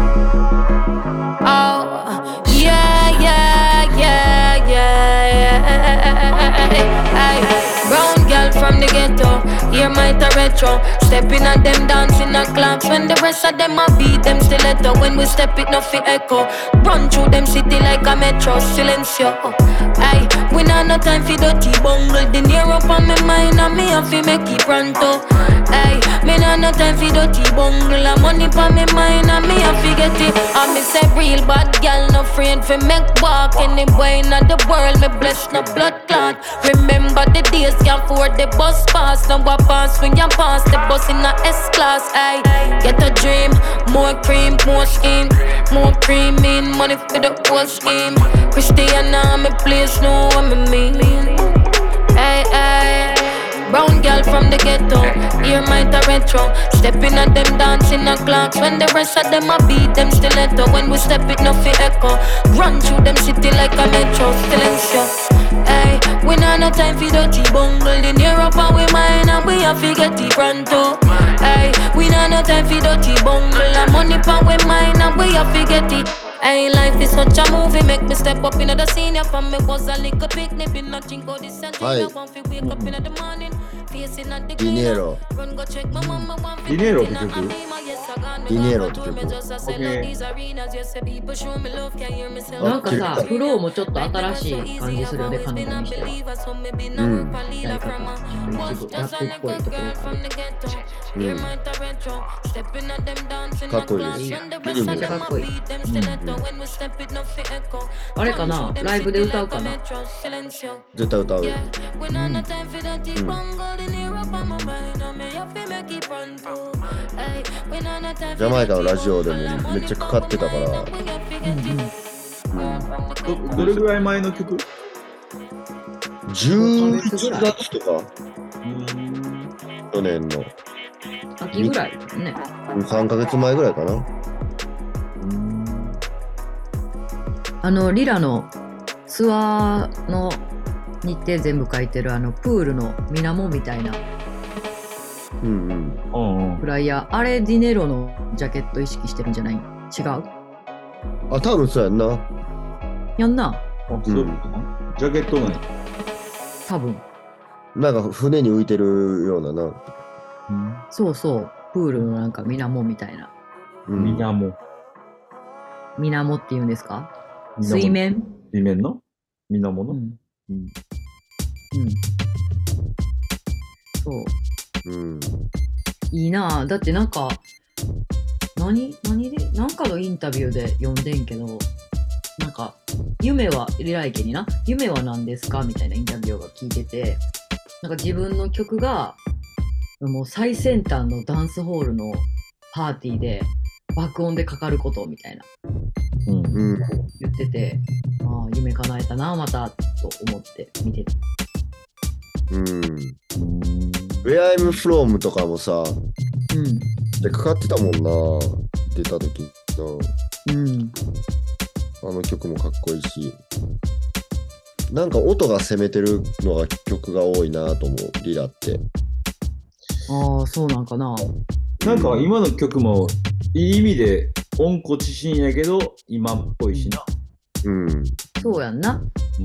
Oh, yeah, yeah, yeah, yeah, yeah. Brown girl from the ghetto, hear my retro. Stepping at them dancing at clubs. When the rest of them a beat them stiletto. When we step it, nothing echo. Run through them city like a metro. Silencio. Aye, we not no time for dirty bungle. The near up on my mind and me have to make it pronto. Aye, me not no time for dirty bungle. And money on my mind and me have to get it. I me say real bad girl, no friend for make walk. Any boy in the world, me bless no blood clot. Remember the days can't afford the bus pass. Now I pass when you pass the bus in a S-class. Aye, get a dream, more cream, more skin, more cream in money for the whole scheme. Christiana, me please know what me mean. Aye, aye. Brown girl from the ghetto, hear my retro. Stepping at them dancing at clocks. When the rest of them a beat them stiletto. When we step it, nothing echo. Run through them city like a metro. Silencio. Hey, we not no time for dirty bungle. The near up and we mine and we have to get it pronto. Hey, we not no time for dirty bungle. And money pan we mine and we have to get it. Hey, life is such a movie, make me step up in the scene. From me was a little picnic, in nothing go this and I want to wake up in the morning. Facing at the Dinero. Run go check my mama want to Dineroって曲。 Dineroって曲。 なんかさ、フローもちょっと新しい感じするよね、彼女にしては。 うん。 やり方。一部ラップっぽいところがある。 うん。かっこいいです。 めっちゃかっこいい。うんうん、あれかな、ライブで歌うかな。 絶対歌う。うん。うん、ジャマイカのラジオでもめっちゃかかってたから。うんうん。 うん、ど, どれぐらい前の曲？ じゅういちがつとか。去年の。 秋ぐらいね。 さんかげつまえぐらいかな。 あのリラのツアーの日程全部書いてるあのプールの水面みたいなフライヤー、あれディネロのジャケット意識してるんじゃない？ 違う？ あ、多分そうやんな。 やんな。 あ、そういうことな。ジャケットない。 多分。 なんか船に浮いてるようなな。 うん。 そうそう。プールのなんか水面みたいな。 うん、 みなも。 水面って言うんですか？ 水面水面。 水面のみなもの。 うん。 うん。 うん。そう。 うん。 いいなぁ。だってなんか、何何でなんかのインタビューで読んでんけど、なんか、夢は、リライケにな、夢は何ですかみたいなインタビューが聞いてて、なんか自分の曲が、もう最先端のダンスホールのパーティーで爆音でかかることみたいなうん。 うん。 言ってて、ああ、夢叶えたな、また、と思って見てた。 うん。 うん。 Where I'm From とかもさ、 うん。 でかかってたもんな。出た時な。 うん。 あの曲もかっこいいし。なんか音が攻めてるのが曲が多いなと思う、リラって。 ああ、そうなんかな。 なんか今の曲もいい意味で温故知新やけど今っぽいしな。 うん。 そうやんな。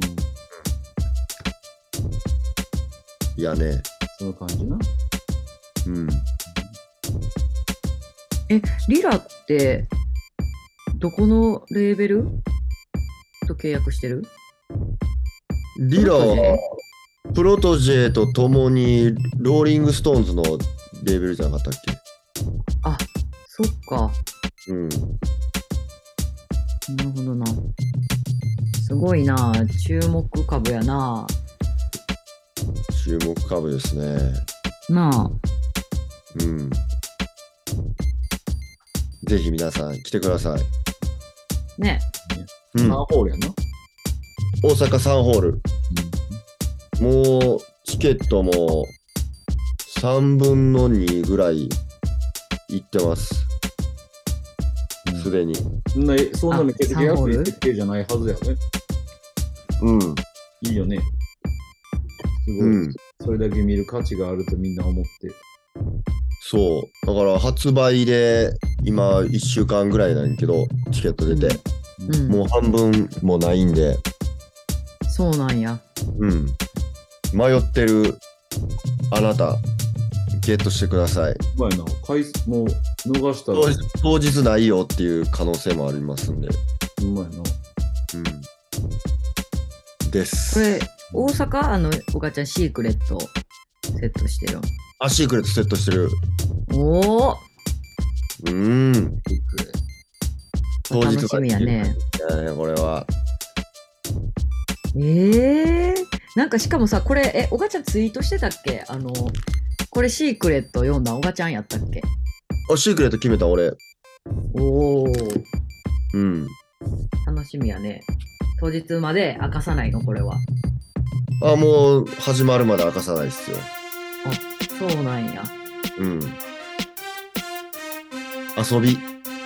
いやね。 その感じな。 うん。 え、リラって、どこのレーベルと契約してる？ リラは、プロトジェと共にローリングストーンズのレーベルじゃなかったっけ？ あ、そっか。 うん。 なるほどな。すごいな。注目株やな。 注目株ですね。 なあ。 うん。ぜひ皆さん来てください。 ね。 うん。 マンホールやな。 大阪サンホール。もうチケットもさんぶんのにぐらい行ってます。すでに。 そんな、そんなめちゃくちゃあサンホール安い設定じゃないはずやね。 うん。 いいよね。すごい、 うん。 それだけ見る価値があるとみんな思って。 そう。だから発売で今いっしゅうかんぐらいなんやけど、チケット出て。 うん。 もう半分もないんで。 そうなんや。 うん。迷ってるあなた、ゲットしてください。 うまいな。回数もう逃したら当日、当日ないよっていう可能性もありますんで。 うまいな。 うん。です。 これ、大阪あの、おかちゃんシークレットセットしてる。 あ、シークレットセットしてる。 おー、 うん。当日楽しみやね。 だね、これは。 ええー、なんかしかもさ、これ、え、おがちゃんツイートしてたっけ？あの、これシークレット読んだおがちゃんやったっけ？ あ、シークレット決めた俺。 おー、 うん。 楽しみやね。当日まで明かさないのこれは。 あ、もう始まるまで明かさないっすよ。 そうなんや。 うん。遊び。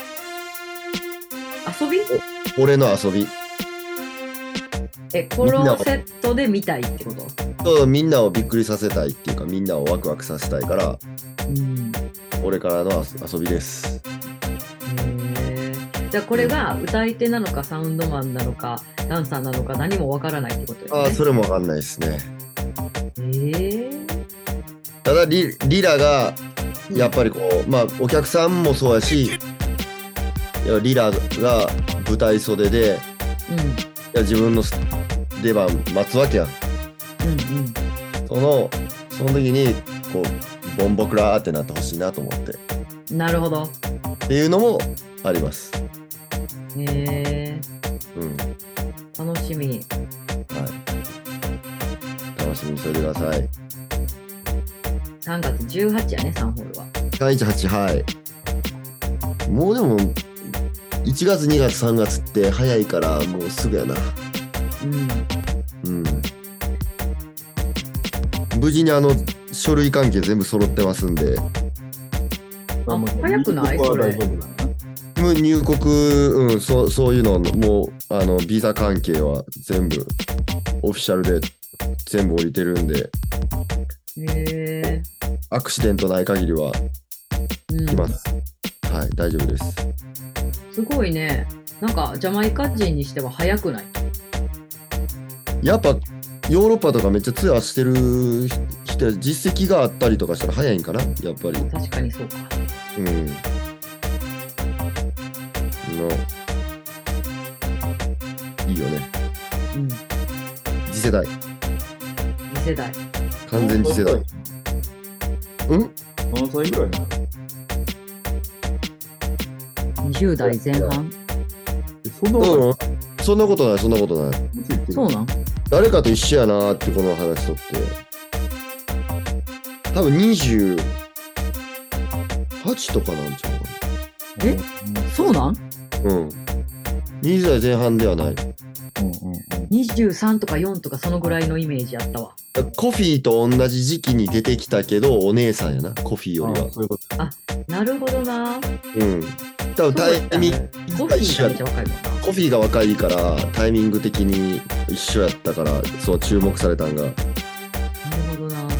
遊び？ 俺の遊び。 え、このセットで見たいってこと？ そう、みんなをびっくりさせたいっていうか、みんなをワクワクさせたいから、 うん。 俺からの遊遊びです。 へえ。じゃあこれが歌い手なのかサウンドマンなのかダンサーなのか何もわからないってことですね。 ああ、それもわかんないですね。 ええ。 ただリ、リラが、やっぱりこう、まあ、お客さんもそうやし、いやリラが舞台袖で、 うん。 いや自分の出番待つわけやん。 うんその、その時に、こう、ボンボクラーってなってほしいなと思って。 うん。なるほど。 っていうのもあります。 へえ。 うん。 楽しみ。 はい。楽しみにしておいてください。 さんがつじゅうはちやね、さんホールは。 さんいちはち、はい。もうでも、いちがつ、にがつ、さんがつって早いから、もうすぐやな。 うん。 うん。無事にあの、書類関係全部揃ってますんで、 あ、早くないそれ。 もう入国、うん、そう、そういうの、もう、あの、ビザ関係は全部、オフィシャルで全部降りてるんで、 へえ。 アクシデントない限りはうん。 来ます。はい、大丈夫です。 すごいね。なんかジャマイカ人にしては早くない？ やっぱヨーロッパとかめっちゃツアーしてる人実績があったりとかしたら早いんかな、やっぱり。 確かにそうか。 うんのいいよね。 うん。 次世代、 次世代。 完全次世代。うん何歳ぐらいなの？ にじゅう代前半。 えそんなことうん、そんなことない、そんなことない。 そうなん？ 誰かと一緒やなーってこの話しとって。多分にじゅうはちとかなんちゃうかえそうなん？ な。うん。にじゅう代前半ではない。 うんうんうん。 にじゅうさんとかよんとかそのぐらいのイメージあったわ。 コフィーと同じ時期に出てきたけど、お姉さんやな、コフィーよりは。 あそういうこと。 なるほどな。 うん。多分タイミングコフィーがめっちゃ若いもんな。 コフィーが若いからタイミング的に一緒やったからそう注目されたんが。 なるほどな。 うん。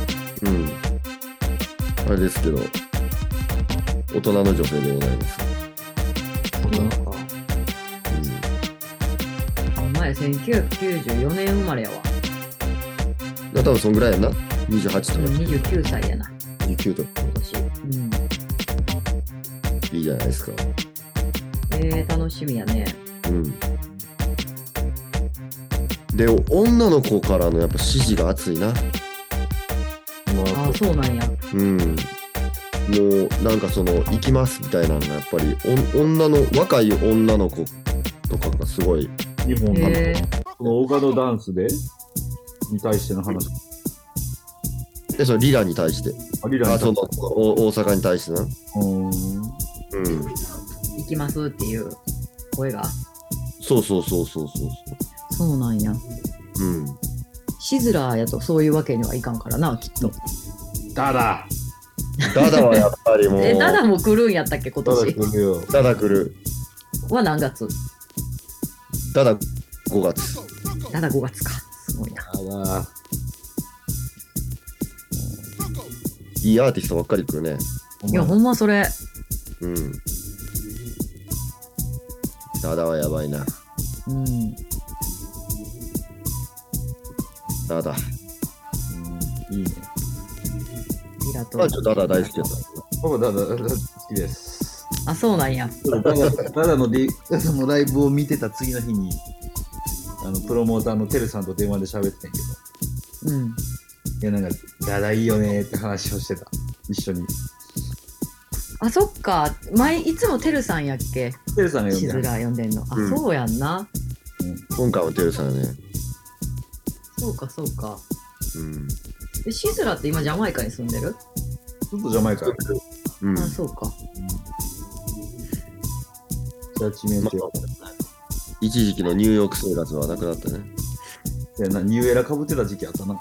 あれですけど、大人の女性でございます。 そうか。お前せんきゅうひゃくきゅうじゅうよねん生まれやわ。 うん。多分そんぐらいやな。にじゅうはちとかにじゅうきゅうさいやな。 にじゅうきゅうとか。 今年。うん。 いいじゃないですか。 えー、楽しみやね。 うん。で、女の子からのやっぱ支持が熱いな。 ああ、そうなんや。 うん。もうなんかその行きますみたいなのがやっぱりお女の若い女の子とかがすごい。 日本のへーこの岡野ダンスでに対しての話。 で、そのリラに対して。 あリラにあ、そのお大阪に対してな。 うーん。 うん。 行きますっていう声が。 そうそうそうそうそうそうなんや。 そう。うん。 シズラーやとそういうわけにはいかんからな、きっと。 ダダダダはやっぱりもう。 え、ダダも来るんやったっけ、今ダダ年来るよ。 ダダ来る。 は何月？ ダダごがつ。 ダダごがつか。すごいな。 ダダ。 いいアーティストばっかり来るね。 いや、ほんまそれ。 うん。ダダはやばいな。 うん。 ダダ。 いいね。 リラとまあ、ちょっとダダ大好きだっ僕ダダダダ好きです。 あ、そうなんや。 ダダダダのディダダのライブを見てた次の日に、あのプロモーターのテルさんと電話で喋ってたんやけど、 うん。 いやなんかダダいいよねーって話をしてた。一緒に。 あ、そっか。前、いつもテルさんやっけ？ テルさんが呼んシズでる。 ラー呼んでんの。あ、 うんそうやんな。 た。今回もテルさんやね。 そうか、そうか。 うん。 で、シズラーって今ジャマイカに住んでる？ ちょっとジャマイカ。 うん。 あ、そうか。 じゃあ地名ってよ。 一時期のニューヨーク生活はなくなったね。 いやなニューエラかぶってた時期あったな。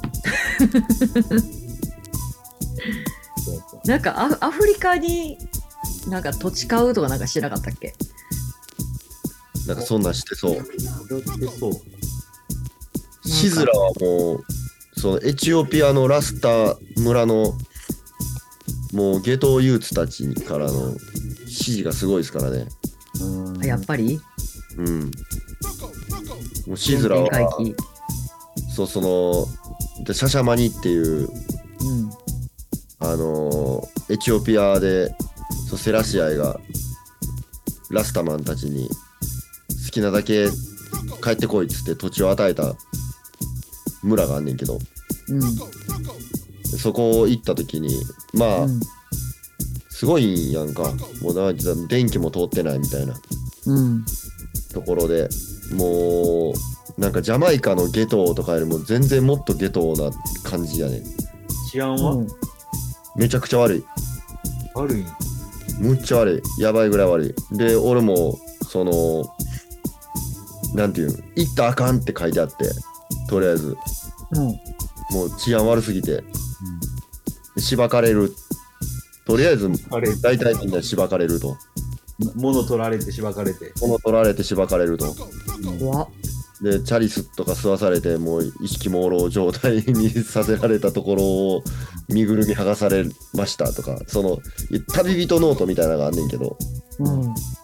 なんかア、アフリカになんか土地買うとかなんかしてなかったっけ？ なんかそんなんしてそう。 だってそう。 シズラはもう、そのエチオピアのラスタ村のもうゲトユーツたちからの支持がすごいですからね。 うんあやっぱりうん。もうシズラ原点回は、 帰。 そう、その、でシャシャマニっていう、 うん。 あのーエチオピアで、そうセラシアイがラスタマンたちに好きなだけ帰ってこいっつって土地を与えた村があんねんけど、 うん。 そこ行った時にまあ、 うん。 すごいんやんか。もうなんか電気も通ってないみたいなうん。 ところで、もうなんかジャマイカのゲトとかよりも全然もっとゲトな感じやねん。 治安は、 うんめちゃくちゃ悪い。 悪い。 むっちゃ悪い。やばいぐらい悪い。で、俺も、その、なんていうん、行ったらあかんって書いてあって、とりあえず、 うん。 もう治安悪すぎて、しばかれる。とりあえず、 あれ、 大体みんなしばかれると。 物取られてしばかれて。 物取られてしばかれると。 怖っ。 で、チャリスとか吸わされて、もう意識朦朧状態にさせられたところを、身ぐるみ剥がされましたとか、その、旅人ノートみたいなのがあんねんけど、 うん。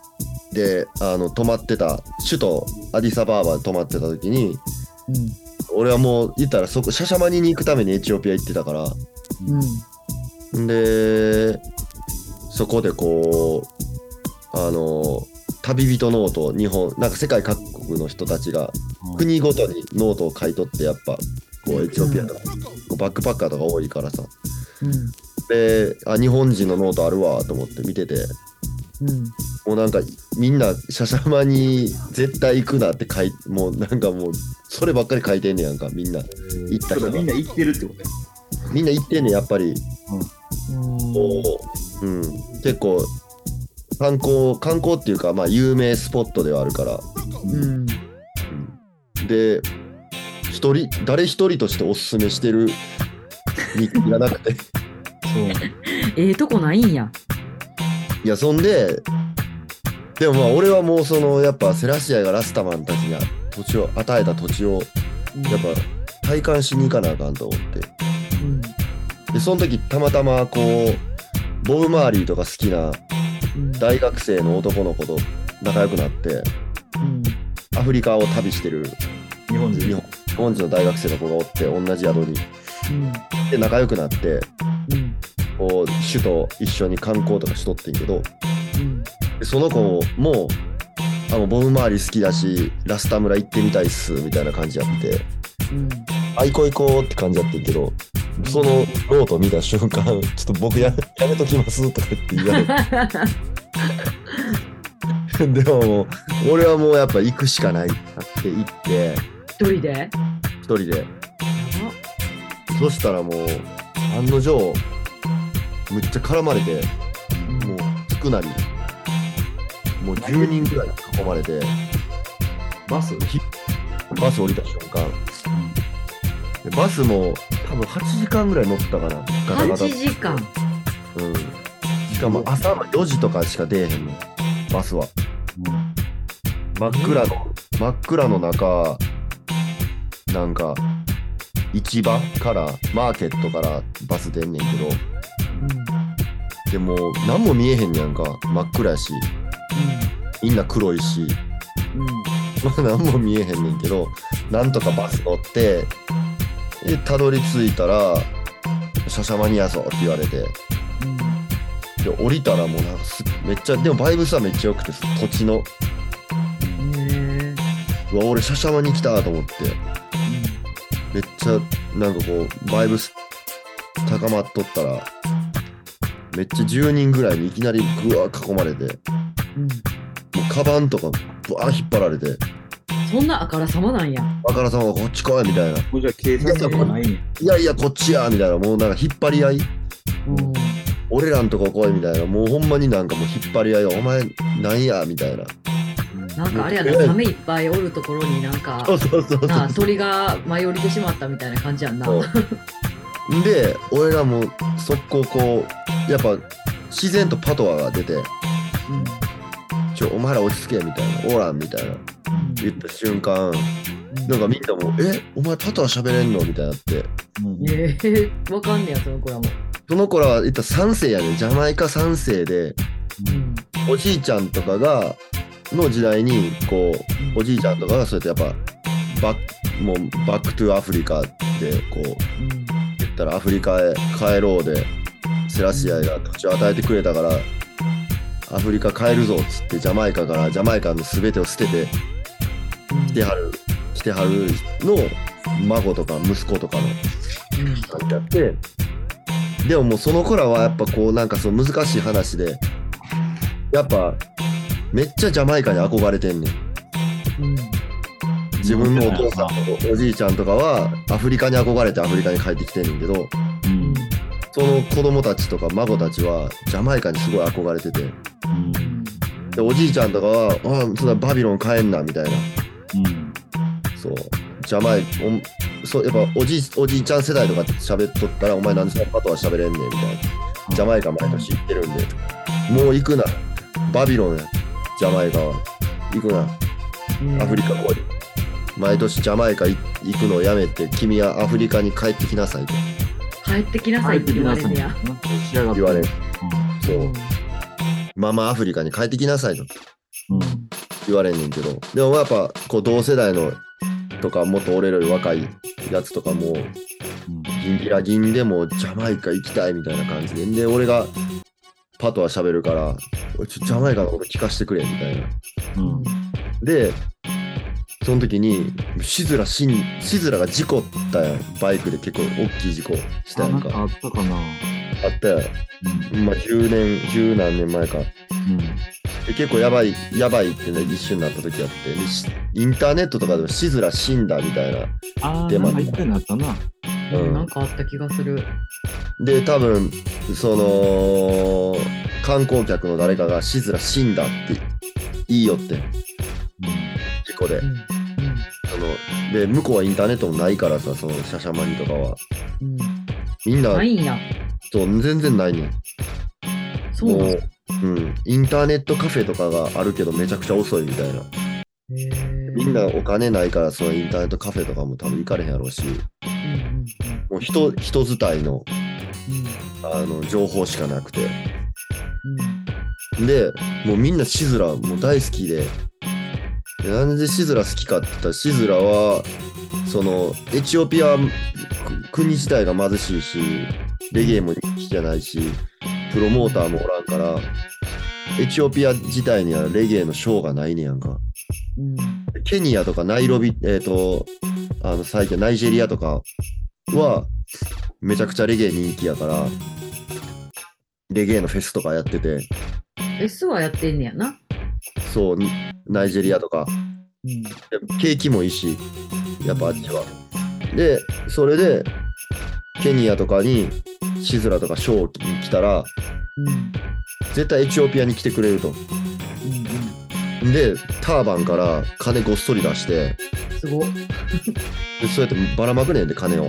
であの泊まってた首都アディサバーバで泊まってた時に、うん、俺はもう言ったらそこシャシャマニに行くためにエチオピア行ってたから、うん、でそこでこうあの旅人ノート日本なんか世界各国の人たちが国ごとにノートを書いとってやっぱこうエチオピアとか、うん、バックパッカーとか多いからさ、うん、であ日本人のノートあるわと思って見てて、うん、もうなんかみんなシャシャマに絶対行くなって書いもうなんかもうそればっかり書いてんねやんかみんな行った人がみんな行ってるってことやみんな行ってんねんやっぱり、うん、うん、結構観光観光っていうかまあ有名スポットではあるから、うんうん、で一人誰一人としておすすめしてる日記がなくてそうええとこないんやいやそんででもまあ俺はもうそのやっぱセラシアがラスタマンたちに土地を与えた土地をやっぱ体感しに行かなあかんと思って、うん、でその時たまたまこうボブ・マーリーとか好きな大学生の男の子と仲良くなって、うん、アフリカを旅してる日本人日本日本人の大学生の子がおって同じ宿に、うん、で仲良くなって、うん、こう首都一緒に観光とかしとってんけど、うん、でその子もあのボブ周り好きだしラスタ村行ってみたいっすみたいな感じやって、うん、あ行こう行こうって感じやってんけど、うん、そのノート見た瞬間ちょっと僕 や, やめときますとかって言われてでももう俺はもうやっぱ行くしかないって言って一人で一人でそしたらもう案の定むっちゃ絡まれて、うん、もうつくなりもうじゅうにんぐらい囲まれてバスバス降りた瞬間、うん、でバスも多分はちじかんぐらい乗ったかなガタガタはちじかんうんしかも朝のよじとかしか出えへんのバスは、うん、真っ暗の真っ暗の中なんか市場からマーケットからバス出んねんけど、うん、でも何も見えへんやんか真っ暗やし、うん、みんな黒いし、うん、何も見えへんねんけどなんとかバス乗ってでたどり着いたらシャシャマニやぞって言われて、うん、で降りたらもうなんかすめっちゃでもバイブスはめっちゃ良くて土地の、へうわ俺シャシャマニ来たと思って、めっちゃなんかこうバイブス高まっとったらめっちゃじゅうにんぐらいにいきなりぐわー囲まれて、うん、もうカバンとかぶわー引っ張られてそんなあからさまなんやあからさまがこっち来いみたいなもうじゃあ警察とかないんやいやいやこっちやみたいなもうなんか引っ張り合い、うん、俺らんとこ来いみたいなもうほんまになんかもう引っ張り合いお前なんやみたいななんかあれやな、サメいっぱいおるところになんかそうそうそうそうな鳥が舞い降りてしまったみたいな感じやんな。 で俺らも速攻こうやっぱ自然とパトワが出て、うん、ちょお前ら落ち着けみたいなオーランみたいな、うん、言った瞬間、うん、なんかみんなもえお前パトワ喋れんのみたいになって、 うん、えー、わかんねやその子らもその子らは言ったらさん世やねジャマイカさん世で、うん、おじいちゃんとかがの時代にこうおじいちゃんとかがそうやってやっぱバックもうバックトゥアフリカでこう、うん、言ったらアフリカへ帰ろうでセラシアが土地を与えてくれたからアフリカ帰るぞっつってジャマイカからジャマイカの全てを捨てて来てはる来てはるの孫とか息子とかの感じやって、でももうその子らはやっぱこうなんかその難しい話でやっぱめっちゃジャマイカに憧れてんねん、うん、自分のお父さんとおじいちゃんとかはアフリカに憧れてアフリカに帰ってきてんねんけど、うん、その子供たちとか孫たちはジャマイカにすごい憧れてて、うん、でおじいちゃんとかはあそんなバビロン帰んなみたいな、うん、そうジャマイおそうやっぱおじいおじいちゃん世代とかって喋っとったらお前なんでそんなパトは喋れんねんみたいな、ジャマイカ毎年行ってるんでもう行くなバビロンやジャマイカは行くな、アフリカ来い毎年ジャマイカ行くのをやめて君はアフリカに帰ってきなさいと帰ってきなさいって言われるんや言われる、うん、そうママアフリカに帰ってきなさいと言われんねんけど、でもやっぱこう同世代のとかもっと俺より若いやつとかもギンギラギンでもジャマイカ行きたいみたいな感じで、で俺がパトは喋るからちょジャマイカのこと聞かせてくれみたいな、うん、でその時にシズラしんシズラが事故ったやん、バイクで結構大きい事故したやんか。 あったかな。 あったやん、うん、まあじゅうねん十何年前か、うん、で結構やばいやばいってね一瞬になった時あって、インターネットとかでもシズラ死んだみたいなあーなんか一回なったな、 うん、なんかあった気がする。 で多分その観光客の誰かがシズラ死んだって言いよって、うん、事故で、うんうん、そので向こうはインターネットもないからさ、そのシャシャマニとかは、うん、みんなないんや。 そう全然ないねん。 そうなんですか。 うん、インターネットカフェとかがあるけどめちゃくちゃ遅いみたいな。へみんなお金ないからそのインターネットカフェとかも多分行かれへんやろうし、うんうんうん、もう人人伝いの、うん、あの情報しかなくて、うん、でもうみんなシズラもう大好きで、でなんでシズラ好きかって言ったら、シズラはそのエチオピア国自体が貧しいしレゲエも人気じゃないしプロモーターもおらんから、エチオピア自体にはレゲエのショーがないねやんか、うん、ケニアとかナイロビ、えっとあの最近ナイジェリアとかはめちゃくちゃレゲエ人気やからレゲエのフェスとかやってて、 フェスはやってんねやな。 そうナイジェリアとか、うん、景気もいいしやっぱあっちは、でそれでケニアとかにシズラとかショーに来たら、うん、絶対エチオピアに来てくれると、うんうん、でターバンから金ごっそり出してすごっでそうやってばらまくねんで金を、うん、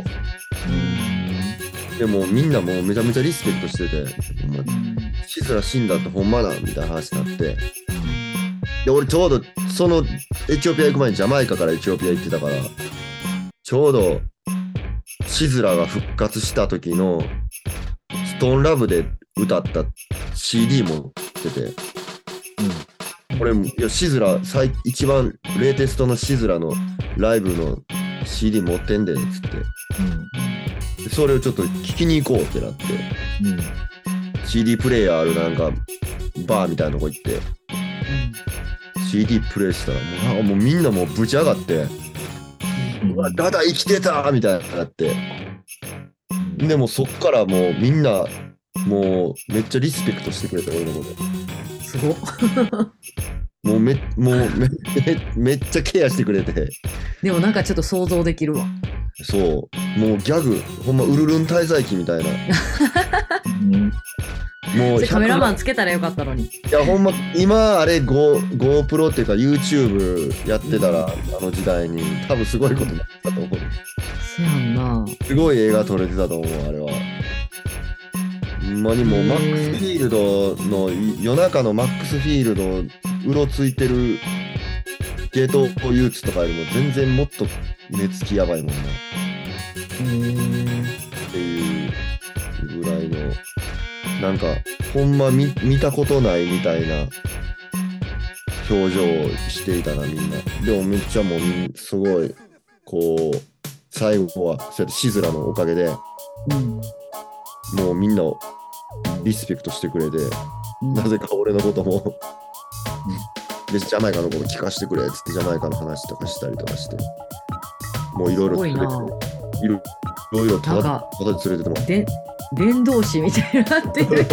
でもみんなもうめちゃめちゃリスペクトしてて、まあ、シズラ死んだってほんまなんみたいな話になって、で俺ちょうどそのエチオピア行く前にジャマイカからエチオピア行ってたから、ちょうどシズラが復活した時のストーンラブで歌った シーディー 持ってて、うん、俺もいやシズラ最一番レーテストのシズラのライブの シーディー 持ってんでっつって、うん、それをちょっと聞きに行こうってなって、うん、シーディー プレイヤーあるなんかバーみたいなとこ行って、うん、シーディー プレイしたらもうなんかもうみんなもうぶち上がって、うん、うわダダ生きてたみたいになって、でもそっからもうみんなもうめっちゃリスペクトしてくれて、俺のことすごっもうめもう め, め, めっちゃケアしてくれて、 でもなんかちょっと想像できるわ。 そうもうギャグほんまウルルン滞在記みたいなもうカメラマンつけたらよかったのに。 いやほんま今あれ Go GoPro っていうか YouTube やってたら、うん、あの時代に多分すごいことになったと思う。 そうやんな。 すごい映画撮れてたと思うあれは。ほんまにもうマックスフィールドの夜中のマックスフィールドうろついてるゲートユーツとかよりも全然もっと寝つきやばいもんな。うーんっていうぐらいのなんかほんま 見, 見たことないみたいな表情をしていたなみんな。でもめっちゃもうすごいこう最後はそうやってシズラのおかげで、うん、もうみんなをリスペクトしてくれて、うん、なぜか俺のことも、うん、でジャマイカのこと聞かせてくれっつってジャマイカの話とかしたりとかして、もういろいろ連れていろいろただで連れててもで伝道師みたいになってる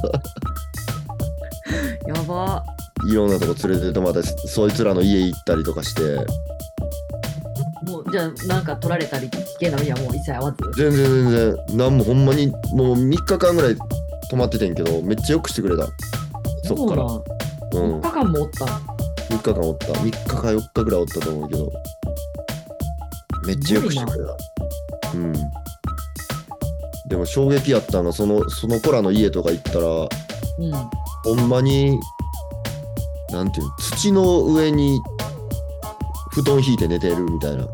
やば。 いろんなとこ連れててまたそいつらの家行ったりとかして、 もうじゃあなんか取られたり危険なのにはもう一切合わず。 全然全然なんもほんまにもうみっかかんぐらい泊まっててんけどめっちゃよくしてくれた。そっから、 うん、みっかかんもおった。 みっかかんおった。みっかかよっかぐらいおったと思うけどめっちゃよくしてくれた。うん。でも衝撃やったのがそのその子らの家とか行ったら、うん、ほんまになんていうの土の上に布団引いて寝てるみたいな。へ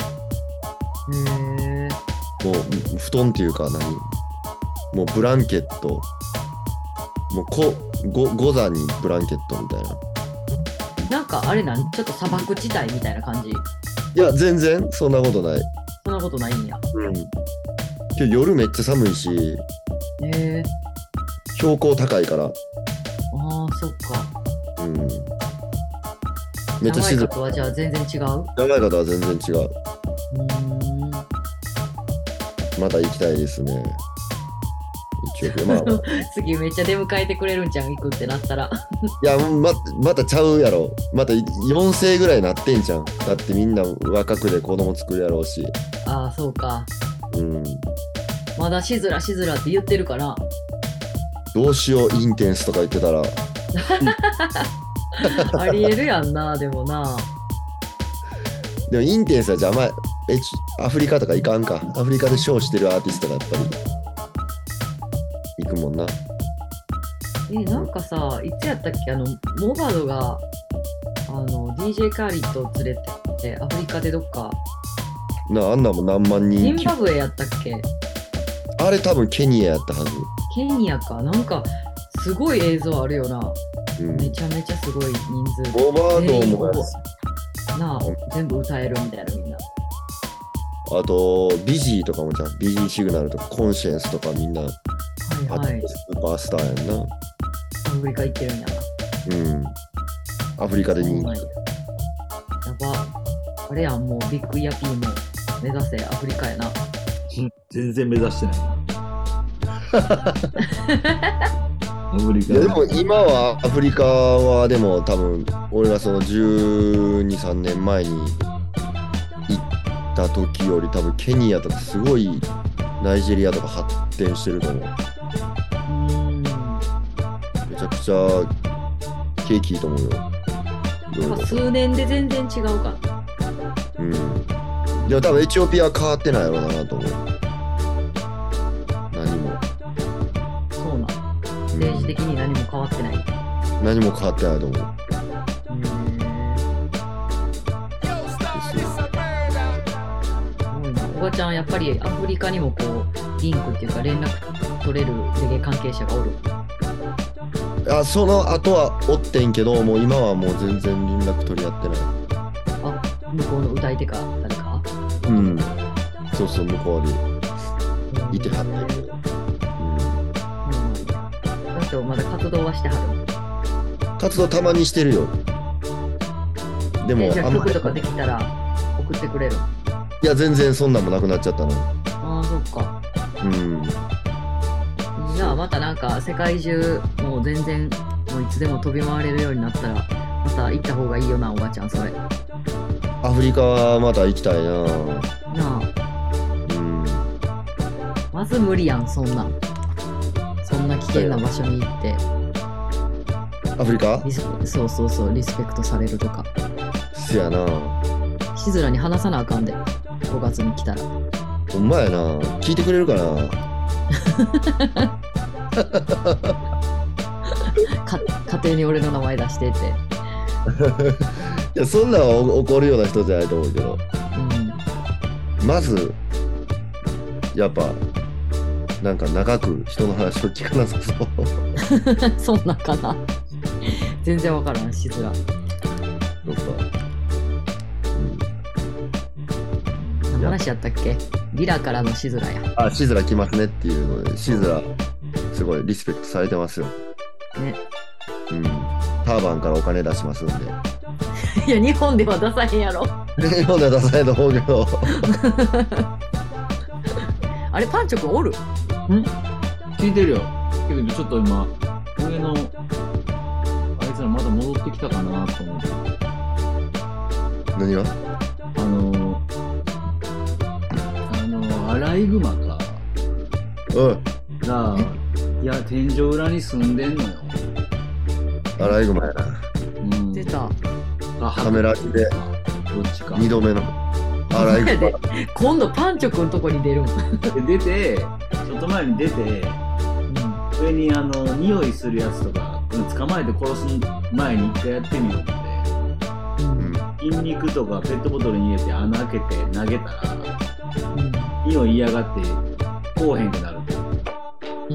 ー。もう布団っていうか何もうブランケットもうこごゴザにブランケットみたいななんかあれなん、ちょっと砂漠地帯みたいな感じ。 いや、全然そんなことない。 そんなことないんや。 うん。今日夜めっちゃ寒いし、 へえ。 標高高いから。 ああ、そっか。 うん。めっちゃ静か。 ジャマイカとはじゃあ全然違う？ ジャマイカとは全然違う。 うーん。 また行きたいですね。一応、まあ、 次めっちゃ出迎えてくれるんじゃん、行くってなったら。 いや、ま、またちゃうやろ。またよん世ぐらいなってんじゃん。だってみんな若くで子供作るやろうし。 ああ、そうか。 うん。 まだしずらしずらって言ってるから。 どうしよう、インテンスとか言ってたら。 ありえるやんな、でもな。 でもインテンスはじゃあ、まあ、えちアフリカとか行かんか。アフリカでショーしてるアーティストがやっぱり行くもんな。 え、なんかさ、いつやったっけ、あの、モバドが、あの、ディージェー カーリットを連れてって、アフリカでどっか、 なあ、あんなもん何万人。 ジンバブエやったっけ？ あれ多分ケニアやったはず。 ケニアか。なんか、すごい映像あるよな。 うん。 めちゃめちゃすごい人数。 モバ全員ードもやつなあ、全部歌えるみたいなみんな。 あと、ビジーとかもじゃん。ビジーシグナルとかコンシェンスとかみんな、 はいあとはい。 スーパースターやんな。 アフリカ行ってるんやな。 うん。アフリカで人気。 そうなんや。やば。あれやん、もうビッグイヤピーも目指せアフリカやな。 全然目指してない。アフリカいやでも今はアフリカはでも多分俺がそのじゅうに、さんねんまえに行った時より多分ケニアとかすごいナイジェリアとか発展してると思う。 うーん。 めちゃくちゃ景気いいと思うよ。いろいろなんか数年で全然違うか。 うん。いや多分エチオピアは変わってないやろうなと思う。何も。 そうなん。政治的に何も変わってない。 何も変わってないと思う。 へーおばちゃん、やっぱりアフリカにもこうリンクっていうか連絡取れるレゲエ関係者がおる。 あ、その後はおってんけど、もう今はもう全然連絡取り合ってない。 あ、向こうの歌い手か誰か。 うん。そうそう、向こうにいてはったけど。 うん。だってまだ活動はしてはる。 活動たまにしてるよ。でも、 えじゃああんま曲とかできたら送ってくれる。 いや、全然そんなんもなくなっちゃったの。 ああ、そっか。 うん。 じゃあまたなんか世界中もう全然もういつでも飛び回れるようになったらまた行った方がいいよな、おばちゃんそれ。なアフリカはまた行きたいな。 あ。 うん。 まず無理やん、そんな。そんな危険な場所に行って。 アフリカリスそうそうそう、リスペクトされるとか。 せやな。 しずらに話さなあかんで、ごがつに来たら。 ほんまやな。聞いてくれるかな。 か家庭に俺の名前出してって。 いや、そんなんは怒るような人じゃないと思うけど。 うん。 まず、やっぱ、なんか長く人の話を聞かなさそう。 そんなかな。全然わからん、しずら。 どっか。 何の話やったっけ？リラからのしずらや。 あ、シズラ来ますねっていうので、シズラ、すごいリスペクトされてますよ。 ね。 うん。ターバンからお金出しますんで。 いや、日本では出さへんやろ。 日本では出さないと思うけど。 あれ、パンチョ君おる？ 聞いてるよ。けどちょっと今、上の、あいつらまだ戻ってきたかなと思って。 何が？ あの、あの、アライグマか。 うん。 が、いや、天井裏に住んでんのよ。 アライグマやな。 うん。 出た。 カメラでどっちか。 二度目のアライグマ。 今度パンチョ君のとこに出るん。 で出て、ちょっと前に出て、上にあの匂いするやつとか捕まえて殺す前に一回やってみようって、 うん、 ニンニクとかペットボトルに入れて穴開けて投げたら、うん、匂い嫌がってこうへんくなると、うん、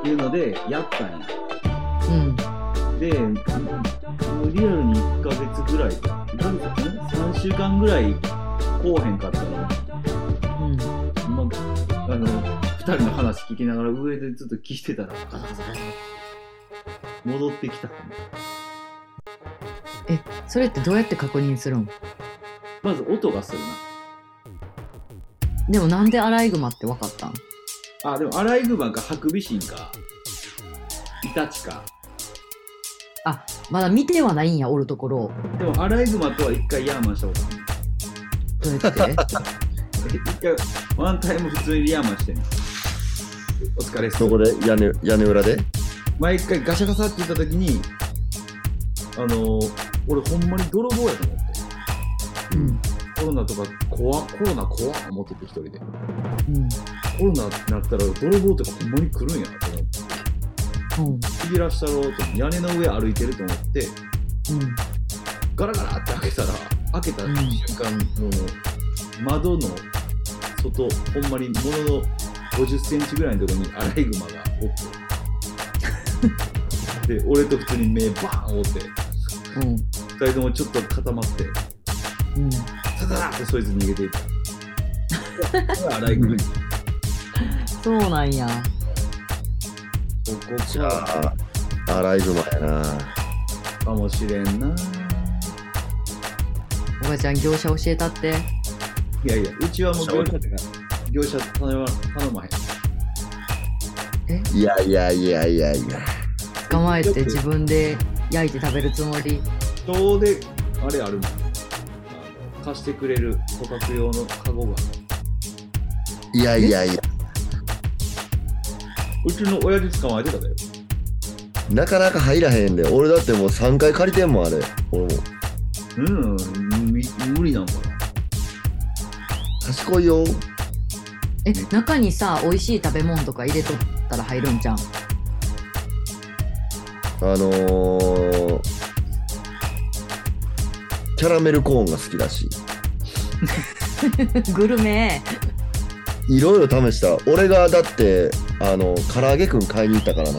いうのでやったんや、うん、でもうリアルに一かげつぐらいいっかげつさんしゅうかんぐらいこうへんかったの、 うんまあ、あのふたりの話聞きながら上でずっと聞いてたらガサガサガサ戻ってきたかも。 え、それってどうやって確認するん？ まず音がするな。 でもなんでアライグマって分かったん？ あ、でもアライグマかハクビシンかイタチか。 あ、まだ見てはないんや、おるところを。 でもアライグマとは一回ヤーマンしたことある。 どうやって？ 一回ワンタイム普通にヤーマンしてんの。お疲れっす。 どこで屋根、屋根裏で毎回ガシャガサって言った時に、あのー、俺ほんまに泥棒やと思って。 うん。 コロナとか怖っ、コロナ怖っ思ってて一人で。 うん。 コロナになったら泥棒とかほんまに来るんやと思って。 うん。 逃げらしたろうと屋根の上歩いてると思って、 うん。 ガラガラって開けたら、開けた瞬間の窓の外、ほんまにもののごじゅっセンチぐらいのところにアライグマがおって。で、俺と普通に目バーン覆って、 うん。 二人ともちょっと固まって、 うん。 タタタってそいつ逃げていった。アライグマ。 そうなんや。 ここじゃあ、アライグマやな。 かもしれんな。 おばちゃん、業者教えたって。 いやいや、うちはもう業者ってか、業者頼ま頼まへん。 えいやいやいやいやいや。 捕まえて自分で焼いて食べるつもり。 ちょうで、あれあるもん。あの貸してくれる捕獲用のカゴが。 いやいやいや。 うちの親父捕まえてただよ。 なかなか入らへんで。俺だってもうさんかい借りてんもん、あれ。俺も。 うん、無理なんかな。 賢いよ。 え、中にさ、美味しい食べ物とか入れとったら入るんじゃん。 あのー、キャラメルコーンが好きだし。 グルメ。 いろいろ試した。俺がだって、あの、唐揚げくん買いに行ったからな。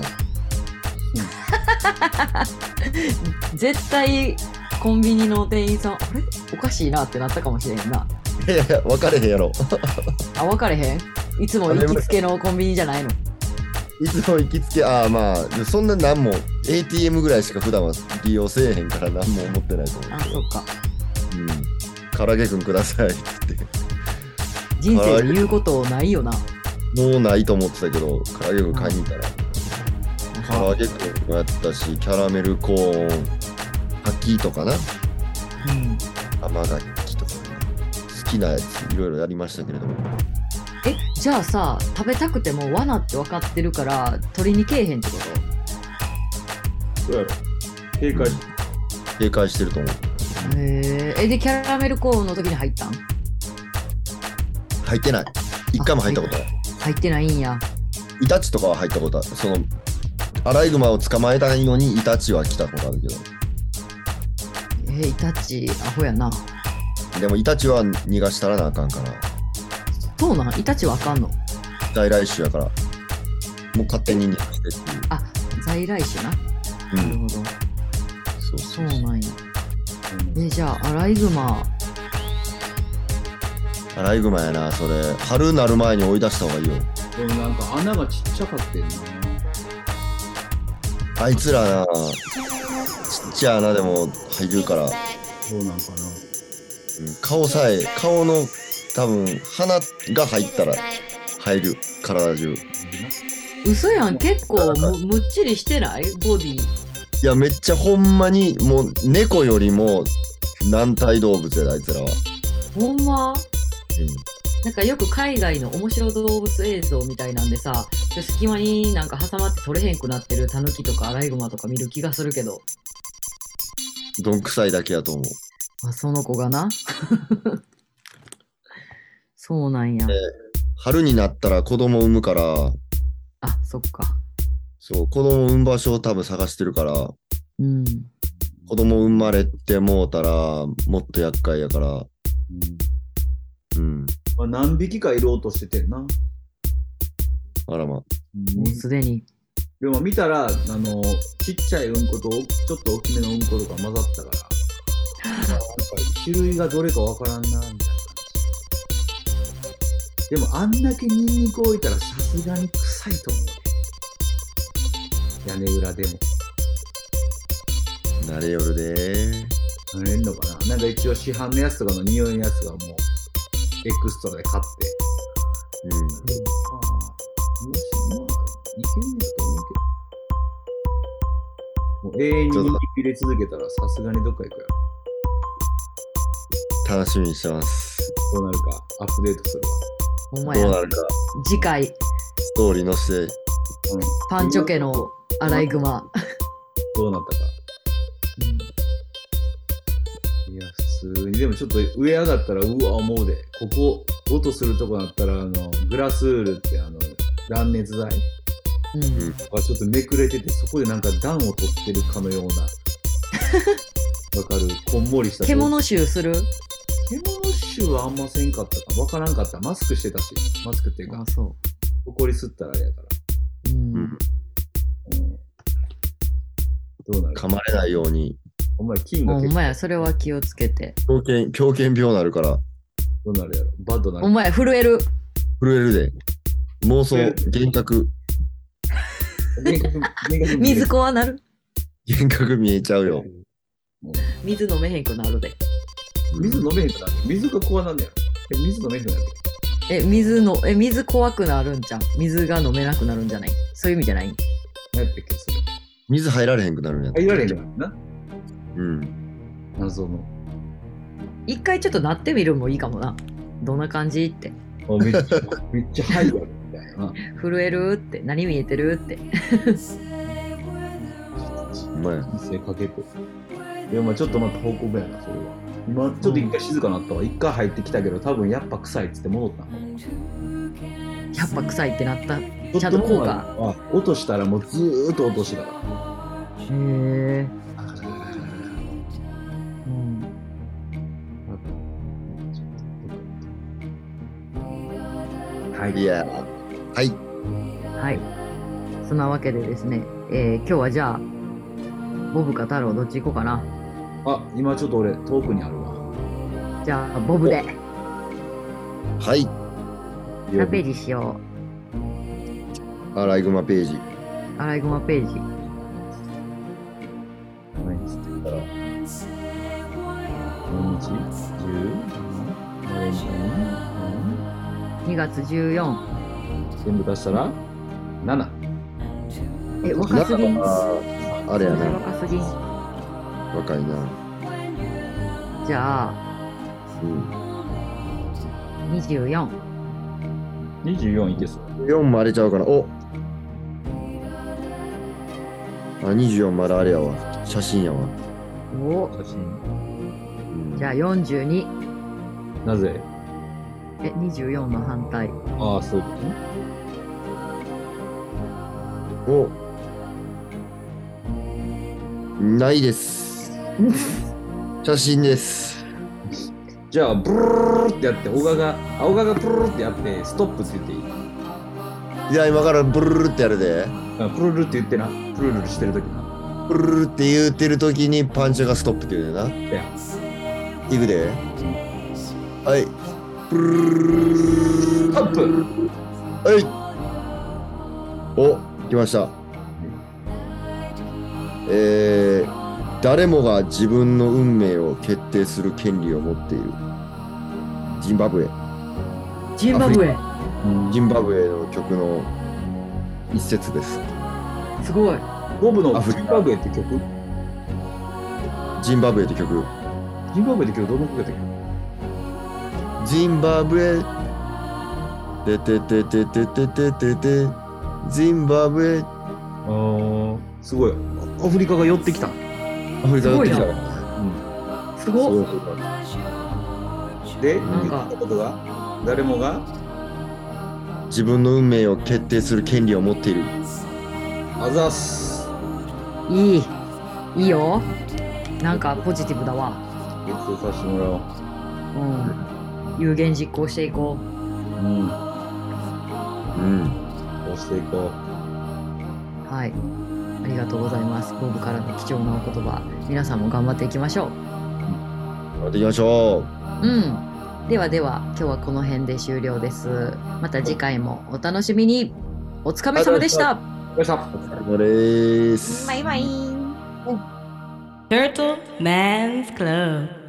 絶対コンビニの店員さん、あれおかしいなってなったかもしれんな。 いやいや、分かれへんやろ。 あ、分かれへん？いつも行きつけのコンビニじゃないの？ いつも行きつけ、ああまあ、そんな何も、エーティーエム ぐらいしか普段は利用せえへんから何も思ってないと思うあ、 けど。 そっか。 うん。唐揚げくんくださいって言って。 人生で言うことないよな。 もうないと思ってたけど、唐揚げくん買いに行ったら。唐揚げくんもやったし、キャラメルコーン、柿とかな。 うん。 甘柿とかね。好きなやつ、いろいろやりましたけれども。 え、じゃあさ、食べたくても罠って分かってるから取りにけえへんってこどうやろ警戒しと警戒してると思う。 へえ。え、で、キャラメルコーンの時に入ったん？ 入ってない。一回も入ったことない。 入ってないんや。 イタチとかは入ったことある。その、アライグマを捕まえたいのにイタチは来たことあるけど。 え、イタチ、アホやな。 でもイタチは逃がしたらなあかんから。 そうなん？イタチはあかんの？ 在来種やから。もう勝手に逃がしてっていう。 あ、在来種な。 うなるほど。 ん。そうそそうう。 なんや。え、じゃあ、アライグマ、 アライグマやな、それ。春なる前に追い出した方がいいよ。 でもなんか穴がちっちゃかってんな。 あいつらな、ちっちゃい穴でも入るから、 そうなんかな。 うん顔さえ、顔の多分鼻が入ったら入る、体中。い嘘やん。結構むむっちりしてない？ボディ。 や、めっちゃほんまに、もう猫よりも軟体動物やで、あいつらは。 ほんま？ うん。 なんかよく海外の面白動物映像みたいなんでさ、隙間になんか挟まって取れへんくなってるタヌキとかアライグマとか見る気がするけど。 どんくさいだけやと思う。 あ、その子がな。そうなんや。 春になったら子供産むから、 あ、そっか。 そう、子供産む場所を多分探してるから、 うん。 子供生まれてもうたら、もっと厄介やから、 うんうん。 まあ、何匹かいろうとしててんな。 あらま。 もうすでに。 でも見たら、あの、ちっちゃいうんこと、ちょっと大きめのうんことか混ざったから、 種類がどれかわからんなみたいな感じ。でもあんだけニンニク置いたらさすがに臭いと思うね。屋根裏でも。 慣れよるでー。 慣れんのかな。なんか一応市販のやつとかの匂いのやつがもうエクストラで買って。 うん。 まあ、もしまあいけんねやと思うけど。もう永遠にニンニク入れ続けたらさすがにどっか行くやろ。 楽しみにしてます。 どうなるかアップデートするほんまや。 どうなるか、 次回、 ストーリーのして、 わ。うん。 パンチョ家のアライグマ。 どうなったか。いや、普通に、でもちょっと上上がったら、うわ、思うで。ここ、音するとこだったら、あの、グラスウールって、あの、断熱材うん。 うんがちょっとめくれてて、そこでなんか暖を取ってるかのような。わかる、こんもりした。 獣臭する？ 獣臭はあんませんかったか。わからんかった。マスクしてたし。マスクっていうかあ、、そほこり吸ったらあれやから。 う。うん。 うんうん、どうなるか。 噛まれないように、 お前、菌が結構ほんまや、それは気をつけて。 狂犬、狂犬病なるから、 どうなるやろ。バッドなる。 ほんまや、震える。 震えるで。妄想、幻覚、 幻覚幻覚水子はなる。 幻覚見えちゃうよ。 水飲めへんくなるで。 水飲めへんくなる。水が怖なんだよ。え、水飲めへんくなる。 え、水の、え、水怖くなるんじゃん。水が飲めなくなるんじゃない？そういう意味じゃない？ 何やったっけ、それ。 水入られへんくなるんやった入られへんくなるな。 うん。 謎の。 一回ちょっとなってみるもいいかもな。どんな感じって。 あ、めっちゃ、めっちゃハイやるみたいな。 震えるって。何見えてるって。 うまい。 一斉かけて。でもまあちょっとまた報告やな、それは。今、ちょっと一回静かになったわ。一回入ってきたけど、多分やっぱ臭いっつって戻ったの。 やっぱ臭いってなった。 ちちゃんと効果。 あ、落としたらもうずーっと落としてたから。 へえ。うん。 はい。 いや、はい。 はい。そんなわけでですね、えー今日はじゃあ、ボブか太郎どっち行こうかな。 あ、今ちょっと俺遠くにあるわ。 じゃあ、ボブではい。 何ページしよアライグマページ。 う。アライグマページ。 何つって言ったら、何日 ?じゅう? バレンタイン、 にがつじゅうよっか。 うん、全部出したらなな。 え、若すぎん。 ああれやな。 若すぎん。 若いな。 じゃあ、 うん。 にじゅうよん。 にじゅうよんいけそう。 よんもあれちゃうかな。おあ、にじゅうよんまだあれやわ。写真やわ。 お写真。 うんじゃあよんじゅうに。 なぜ？ え、にじゅうよんの反対。 ああ、そういうことね。 おないです。写真です。 じゃあ、ブルーってやって、小川が、青川がブルーってやって、ストップって言っていい？ いや、今からブルルルってやるで。 あ、プルルって言ってな。プルルしてるときな。 ブルルルって言うてる時にパンチがストップって言うねんな。 いや、 いくで。はい。ブルルルルストップ。 はい。お、来ました。えー、誰もが自分の運命を決定する権利を持っている。ジンバブエ。 ジンバブエ。 ジンバブエの曲の一節です。 すごい。 ボブのアフリカジンバブエって曲？ ジンバブエって曲。 ジンバブエって曲どの曲やったっけ？ ジンバブエ。ててててててててて。ジンバブエ。 あー、すごい。アフリカが寄ってきた。 アフリカ寄ってきた。 すごいすごい。 すごい。 で、 なんか言ったことが、誰もが、 自分の運命を決定する権利を持っている。 あざっす。 いい。いいよ。なんかポジティブだわ。 決定させてもらおう。 うん。有言実行していこう。 うん。 うん。 こうしていこはい。ありがとうございます。ボブからの貴重なお言葉。皆さんも頑張っていきましょう。 う。 やっていきましょう。 うんではでは今日はこの辺で終了です。また次回もお楽しみに。お疲れ様でした。 よいしょ。 お疲れ様です。 バイバイ。 Turtle Man's Club.